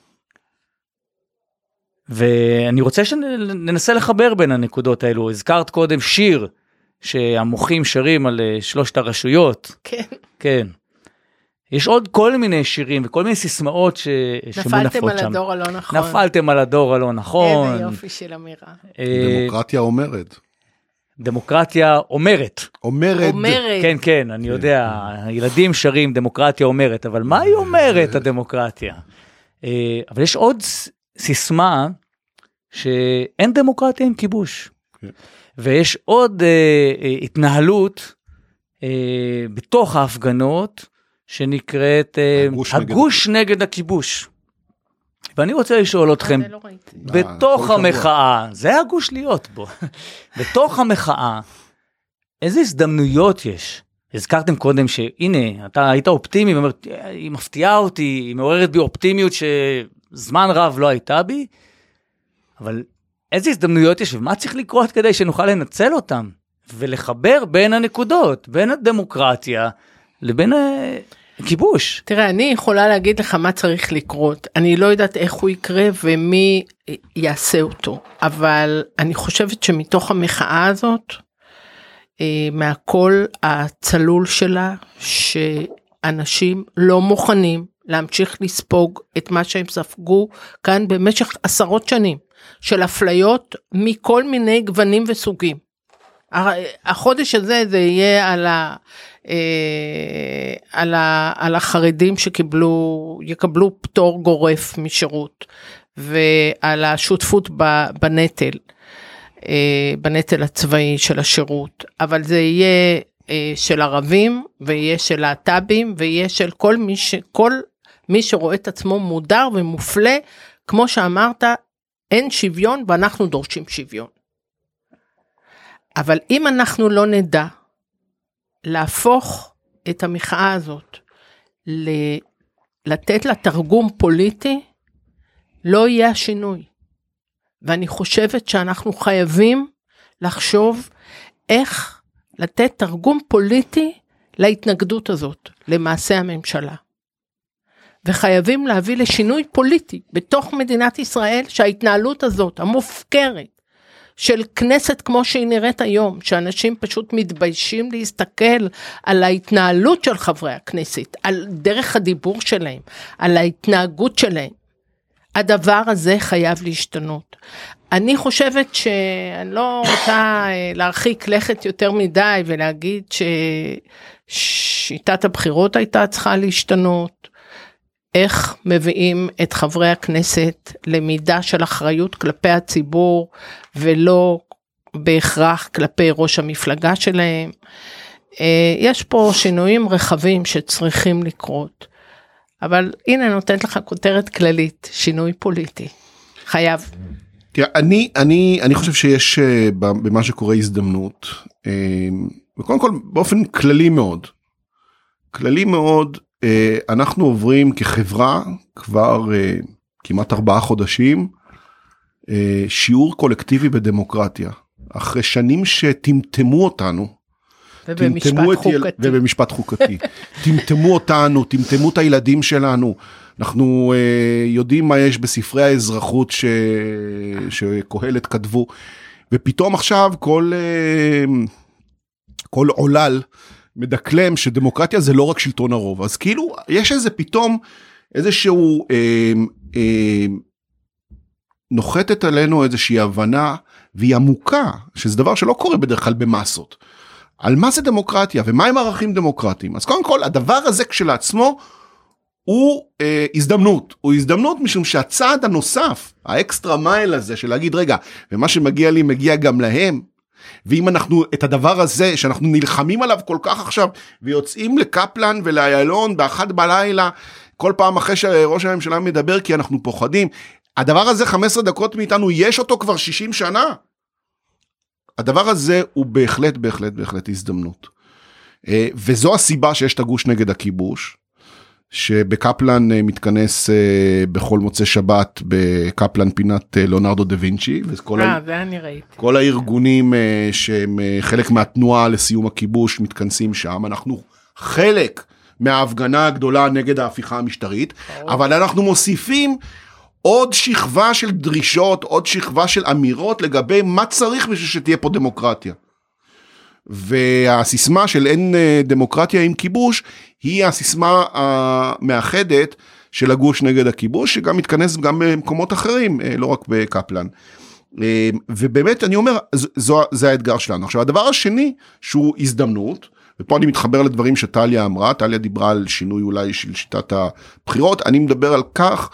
ואני רוצה שננסה לחבר בין הנקודות האלו. הזכרת קודם שיר, שהמוחים שרים על שלושת הרשויות. כן. כן. יש עוד כל מיני שירים וכל מיני סיסמאות ש... שמונפות שם. נפלתם על הדור הלא נכון. נפלתם על הדור הלא נכון. איזה יופי של אמירה. דמוקרטיה אומרת. דמוקרטיה אומרת. אומרת. אומרת. כן, כן, אני יודע, הילדים שרים דמוקרטיה אומרת, אבל מה היא אומרת הדמוקרטיה? אבל יש עוד סיסמה שאין דמוקרטיה עם כיבוש. ויש עוד התנהלות בתוך ההפגנות, שנקראת הגוש, הגוש נגד, נגד הכיבוש. ואני רוצה לשאול אתכם, לא בתוך המחאה, זה הגוש להיות בו, בתוך המחאה, איזה הזדמנויות יש הזכרתם קודם שהנה, אתה היית אופטימי, ואומרת, היא מפתיעה אותי, היא מעוררת בי אופטימיות שזמן רב לא הייתה בי, אבל איזה הזדמנויות יש, ומה צריך לקרות כדי שנוכל לנצל אותם, ולחבר בין הנקודות, בין הדמוקרטיה, לבין הכיבוש. תראה, אני יכולה להגיד לך מה צריך לקרות, אני לא יודעת איך הוא יקרה, ומי יעשה אותו, אבל אני חושבת שמתוך המחאה הזאת, מהכל הצלול שלה, שאנשים לא מוכנים להמשיך לספוג את מה שהם ספגו כאן במשך עשרות שנים, של אפליות מכל מיני גוונים וסוגים. החודש הזה זה יהיה על, ה, על, ה, על החרדים שקיבלו, יקבלו פטור גורף משירות, ועל השותפות בנטל. בנטל הצבאי של השירות, אבל זה יהיה של ערבים, ויהיה של להט"בים, ויהיה של כל מי, ש, כל מי שרואה את עצמו מודר ומופלה, כמו שאמרת, אין שוויון ואנחנו דורשים שוויון. אבל אם אנחנו לא נדע להפוך את המחאה הזאת, לתת לה תרגום פוליטי, לא יהיה השינוי. ואני חושבת שאנחנו חייבים לחשוב איך לתת תרגום פוליטי להתנגדות הזאת, למעשה הממשלה. וחייבים להביא לשינוי פוליטי בתוך מדינת ישראל, שההתנהלות הזאת, המופקרת, של כנסת כמו שהיא נראית היום, שאנשים פשוט מתביישים להסתכל על ההתנהלות של חברי הכנסת, על דרך הדיבור שלהם, על ההתנהגות שלהם, הדבר הזה חייב להשתנות. אני חושבת שאני לא רוצה להרחיק לכת יותר מדי ולהגיד ששיטת הבחירות הייתה צריכה להשתנות, איך מביאים את חברי הכנסת למידה של אחריות כלפי הציבור ולא בהכרח כלפי ראש המפלגה שלהם. יש פה שינויים רחבים שצריכים לקרות. אבל הנה נותנת לך כותרת כללית, שינוי פוליטי, חייב. תראה, אני, אני, אני חושב שיש במה שקורה הזדמנות, וקודם כל באופן כללי מאוד, כללי מאוד, אנחנו עוברים כחברה כבר כמעט ארבעה חודשים, שיעור קולקטיבי בדמוקרטיה, אחרי שנים שטמטמו אותנו, ובמשפט חוקתי. ובמשפט חוקתי. טמטמו אותנו, טמטמו את הילדים שלנו. אנחנו uh, יודעים מה יש בספרי האזרחות ש... שקהלת כתבו. ופתאום עכשיו כל, uh, כל עולל מדקלם שדמוקרטיה זה לא רק שלטון הרוב. אז כאילו יש איזה פתאום איזשהו uh, uh, נוחתת עלינו איזושהי הבנה והיא עמוקה, שזה דבר שלא קורה בדרך כלל במסות. על מה זה דמוקרטיה ומה הם ערכים דמוקרטיים. אז קודם כל, הדבר הזה כשלעצמו הוא אה, הזדמנות. הוא הזדמנות משום שהצעד הנוסף, האקסטרה מייל הזה של להגיד, רגע, ומה שמגיע לי מגיע גם להם, ואם אנחנו את הדבר הזה שאנחנו נלחמים עליו כל כך עכשיו, ויוצאים לקפלן ולאיילון באחד בלילה, כל פעם אחרי שראש הממשלה מדבר, כי אנחנו פוחדים, הדבר הזה חמש עשרה דקות מאיתנו, יש אותו כבר שישים שנה. הדבר הזה הוא בהחלט, בהחלט, בהחלט הזדמנות. וזו הסיבה שיש את הגוש נגד הכיבוש, שבקפלן מתכנס בכל מוצאי שבת, בקפלן פינת לונרדו דה וינצ'י, אה, זה אני ראיתי. כל הארגונים שהם חלק מהתנועה לסיום הכיבוש מתכנסים שם, אנחנו חלק מההפגנה הגדולה נגד ההפיכה המשטרית, אבל אנחנו מוסיפים עוד שכבה של דרישות, עוד שכבה של אמירות לגבי מה צריך בשביל שתהיה פה דמוקרטיה. והסיסמה של אין דמוקרטיה עם כיבוש, היא הסיסמה המאחדת של הגוש נגד הכיבוש, שגם מתכנס גם במקומות אחרים, לא רק בקפלן. ובאמת אני אומר, זו, זה האתגר שלנו. עכשיו הדבר השני, שהוא הזדמנות, ופה אני מתחבר לדברים שטליה אמרה, טליה דיברה על שינוי אולי של שיטת הבחירות, אני מדבר על כך,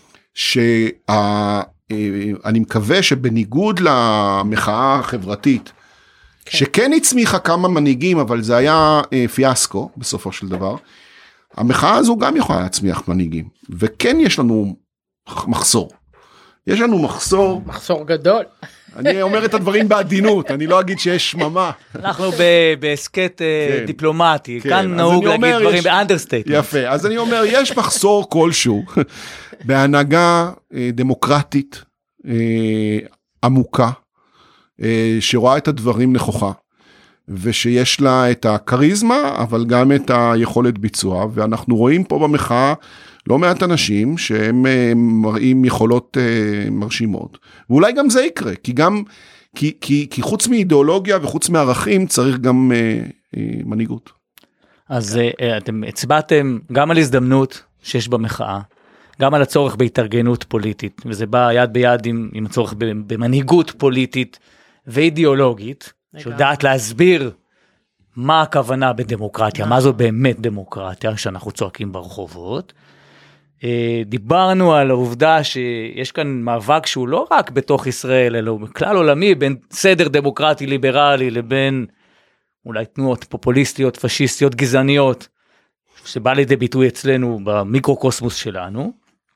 שאני מקווה שבניגוד למחאה החברתית, כן. שכן הצמיחה כמה מנהיגים, אבל זה היה פיאסקו בסופו של דבר, המחאה הזו גם יכולה להצמיח מנהיגים, וכן יש לנו מחסור. יש לנו מחסור. מחסור גדול. אני אומר את הדברים בעדינות, אני לא אגיד שיש שממה. אנחנו בעסקת דיפלומטי, כאן נהוג להגיד דברים באנדרסטייטמנט. יפה, אז אני אומר, יש מחסור כלשהו בהנהגה דמוקרטית עמוקה, שרואה את הדברים נכוחה, ושיש לה את הקריזמה, אבל גם את היכולת ביצוע, ואנחנו רואים פה במחאה לא מעט אנשים שהם מראים יכולות מרשימות, ואולי גם זה יקרה, כי גם, כי, כי, כי חוץ מאידיאולוגיה וחוץ מערכים צריך גם מנהיגות. אז אתם הצבעתם גם על הזדמנות שיש במחאה, גם על הצורך בהתארגנות פוליטית, וזה בא יד ביד עם, עם הצורך במנהיגות פוליטית ואידיאולוגית, שיודעת להסביר מה הכוונה בדמוקרטיה, מה זו באמת דמוקרטיה שאנחנו צועקים ברחובות. דיברנו על העובדה שיש כאן מאבק שהוא לא רק בתוך ישראל, אלא הוא כלל עולמי בין סדר דמוקרטי ליברלי לבין אולי תנועות פופוליסטיות, פשיסטיות, גזעניות, שבא לידי ביטוי אצלנו במיקרוקוסמוס שלנו.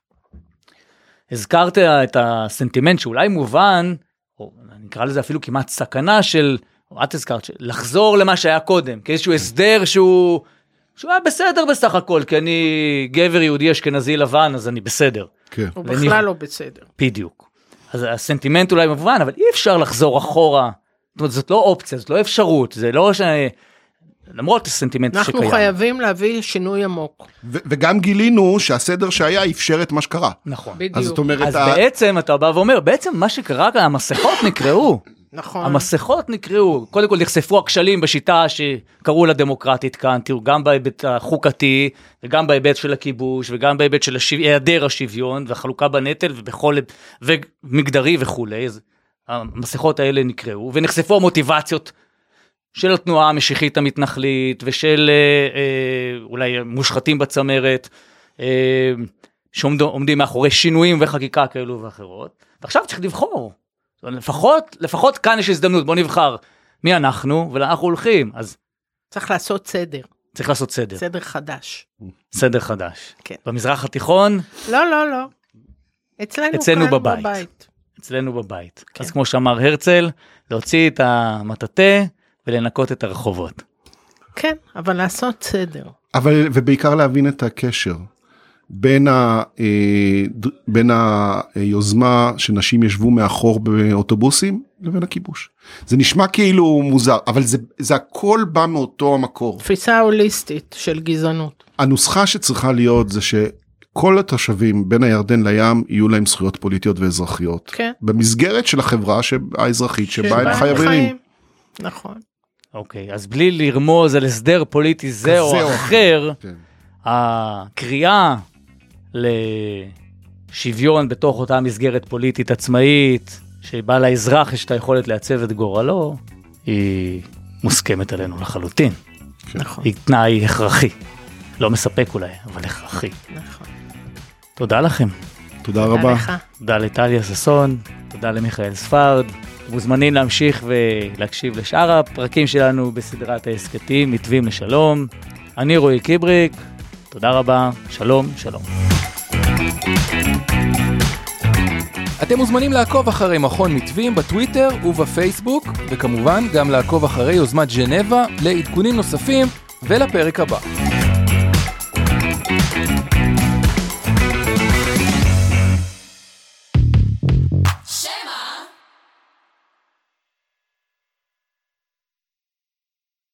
הזכרת את הסנטימנט שאולי מובן, או נקרא לזה אפילו כמעט סכנה של, או את הזכרת, לחזור למה שהיה קודם, כאיזשהו הסדר שהוא, שהוא היה בסדר בסך הכל, כי אני גבר יהודי אשכנזי לבן, אז אני בסדר. כן. הוא בכלל לא בסדר. בדיוק. אז הסנטימנט אולי מובן, אבל אי אפשר לחזור אחורה, זאת אומרת, זאת לא אופציה, זאת לא אפשרות, זה לא ש... למרות הסנטימנט אנחנו שקיים. אנחנו חייבים להביא שינוי עמוק. ו- וגם גילינו שהסדר שהיה אפשר את מה שקרה. נכון. בדיוק. אז זאת אומרת... אז ה... בעצם אתה בא ואומר, בעצם מה שקרה כאן, המסכות נקראו. נכון. המסכות נקראו, קודם כל נחשפו הכשלים בשיטה שקראו לדמוקרטית כאן, תראו, גם בהיבט החוקתי, וגם בהיבט של הכיבוש, וגם בהיבט של היעדר השוויון, והחלוקה בנטל, ובכל, ומגדרי וכו'. אז המסכות האלה נקראו, ונחשפו המוטיבציות של התנועה המשיחית המתנחלית, ושל אה, אה, אולי מושחתים בצמרת, אה, שעומדים מאחורי שינויים וחקיקה כאלו ואחרות, ועכשיו צריך לבחור. לפחות, לפחות כאן יש הזדמנות, בוא נבחר מי אנחנו, ולאנחנו הולכים, אז... צריך לעשות סדר. צריך לעשות סדר. סדר חדש. סדר חדש. כן. במזרח התיכון? לא, לא, לא. אצלנו, אצלנו כאן בבית. בבית. אצלנו בבית. כן. אז כמו שאמר הרצל, להוציא את המטאטה ולנקות את הרחובות. כן, אבל לעשות סדר. אבל, ובעיקר להבין את הקשר. בין, ה, בין היוזמה שנשים ישבו מאחור באוטובוסים לבין הכיבוש. זה נשמע כאילו מוזר, אבל זה, זה הכל בא מאותו המקור. תפיסה הוליסטית של גזענות. הנוסחה שצריכה להיות זה שכל התושבים בין הירדן לים יהיו להם זכויות פוליטיות ואזרחיות. כן. במסגרת של החברה האזרחית שבה הם חייבים. נכון. אוקיי, אז בלי לרמוז על הסדר פוליטי זה או אחר, כן. הקריאה לשוויון בתוך אותה מסגרת פוליטית עצמאית, שבה לאזרח יש את היכולת לעצב את גורלו, היא מוסכמת עלינו לחלוטין. נכון. היא תנאי הכרחי. לא מספק אולי, אבל הכרחי. נכון. תודה לכם. תודה רבה. לך. תודה לטליה ששון, תודה למיכאל ספרד. מוזמנים להמשיך ולהקשיב לשאר הפרקים שלנו בסדרת העסקתים, מתווים לשלום. אני רועי קיבריק, תודה רבה, שלום, שלום. אתם מוזמנים לעקוב אחרי מכון מתווים בטוויטר ובפייסבוק, וכמובן גם לעקוב אחרי יוזמת ז'נבה לעדכונים נוספים ולפרק הבא.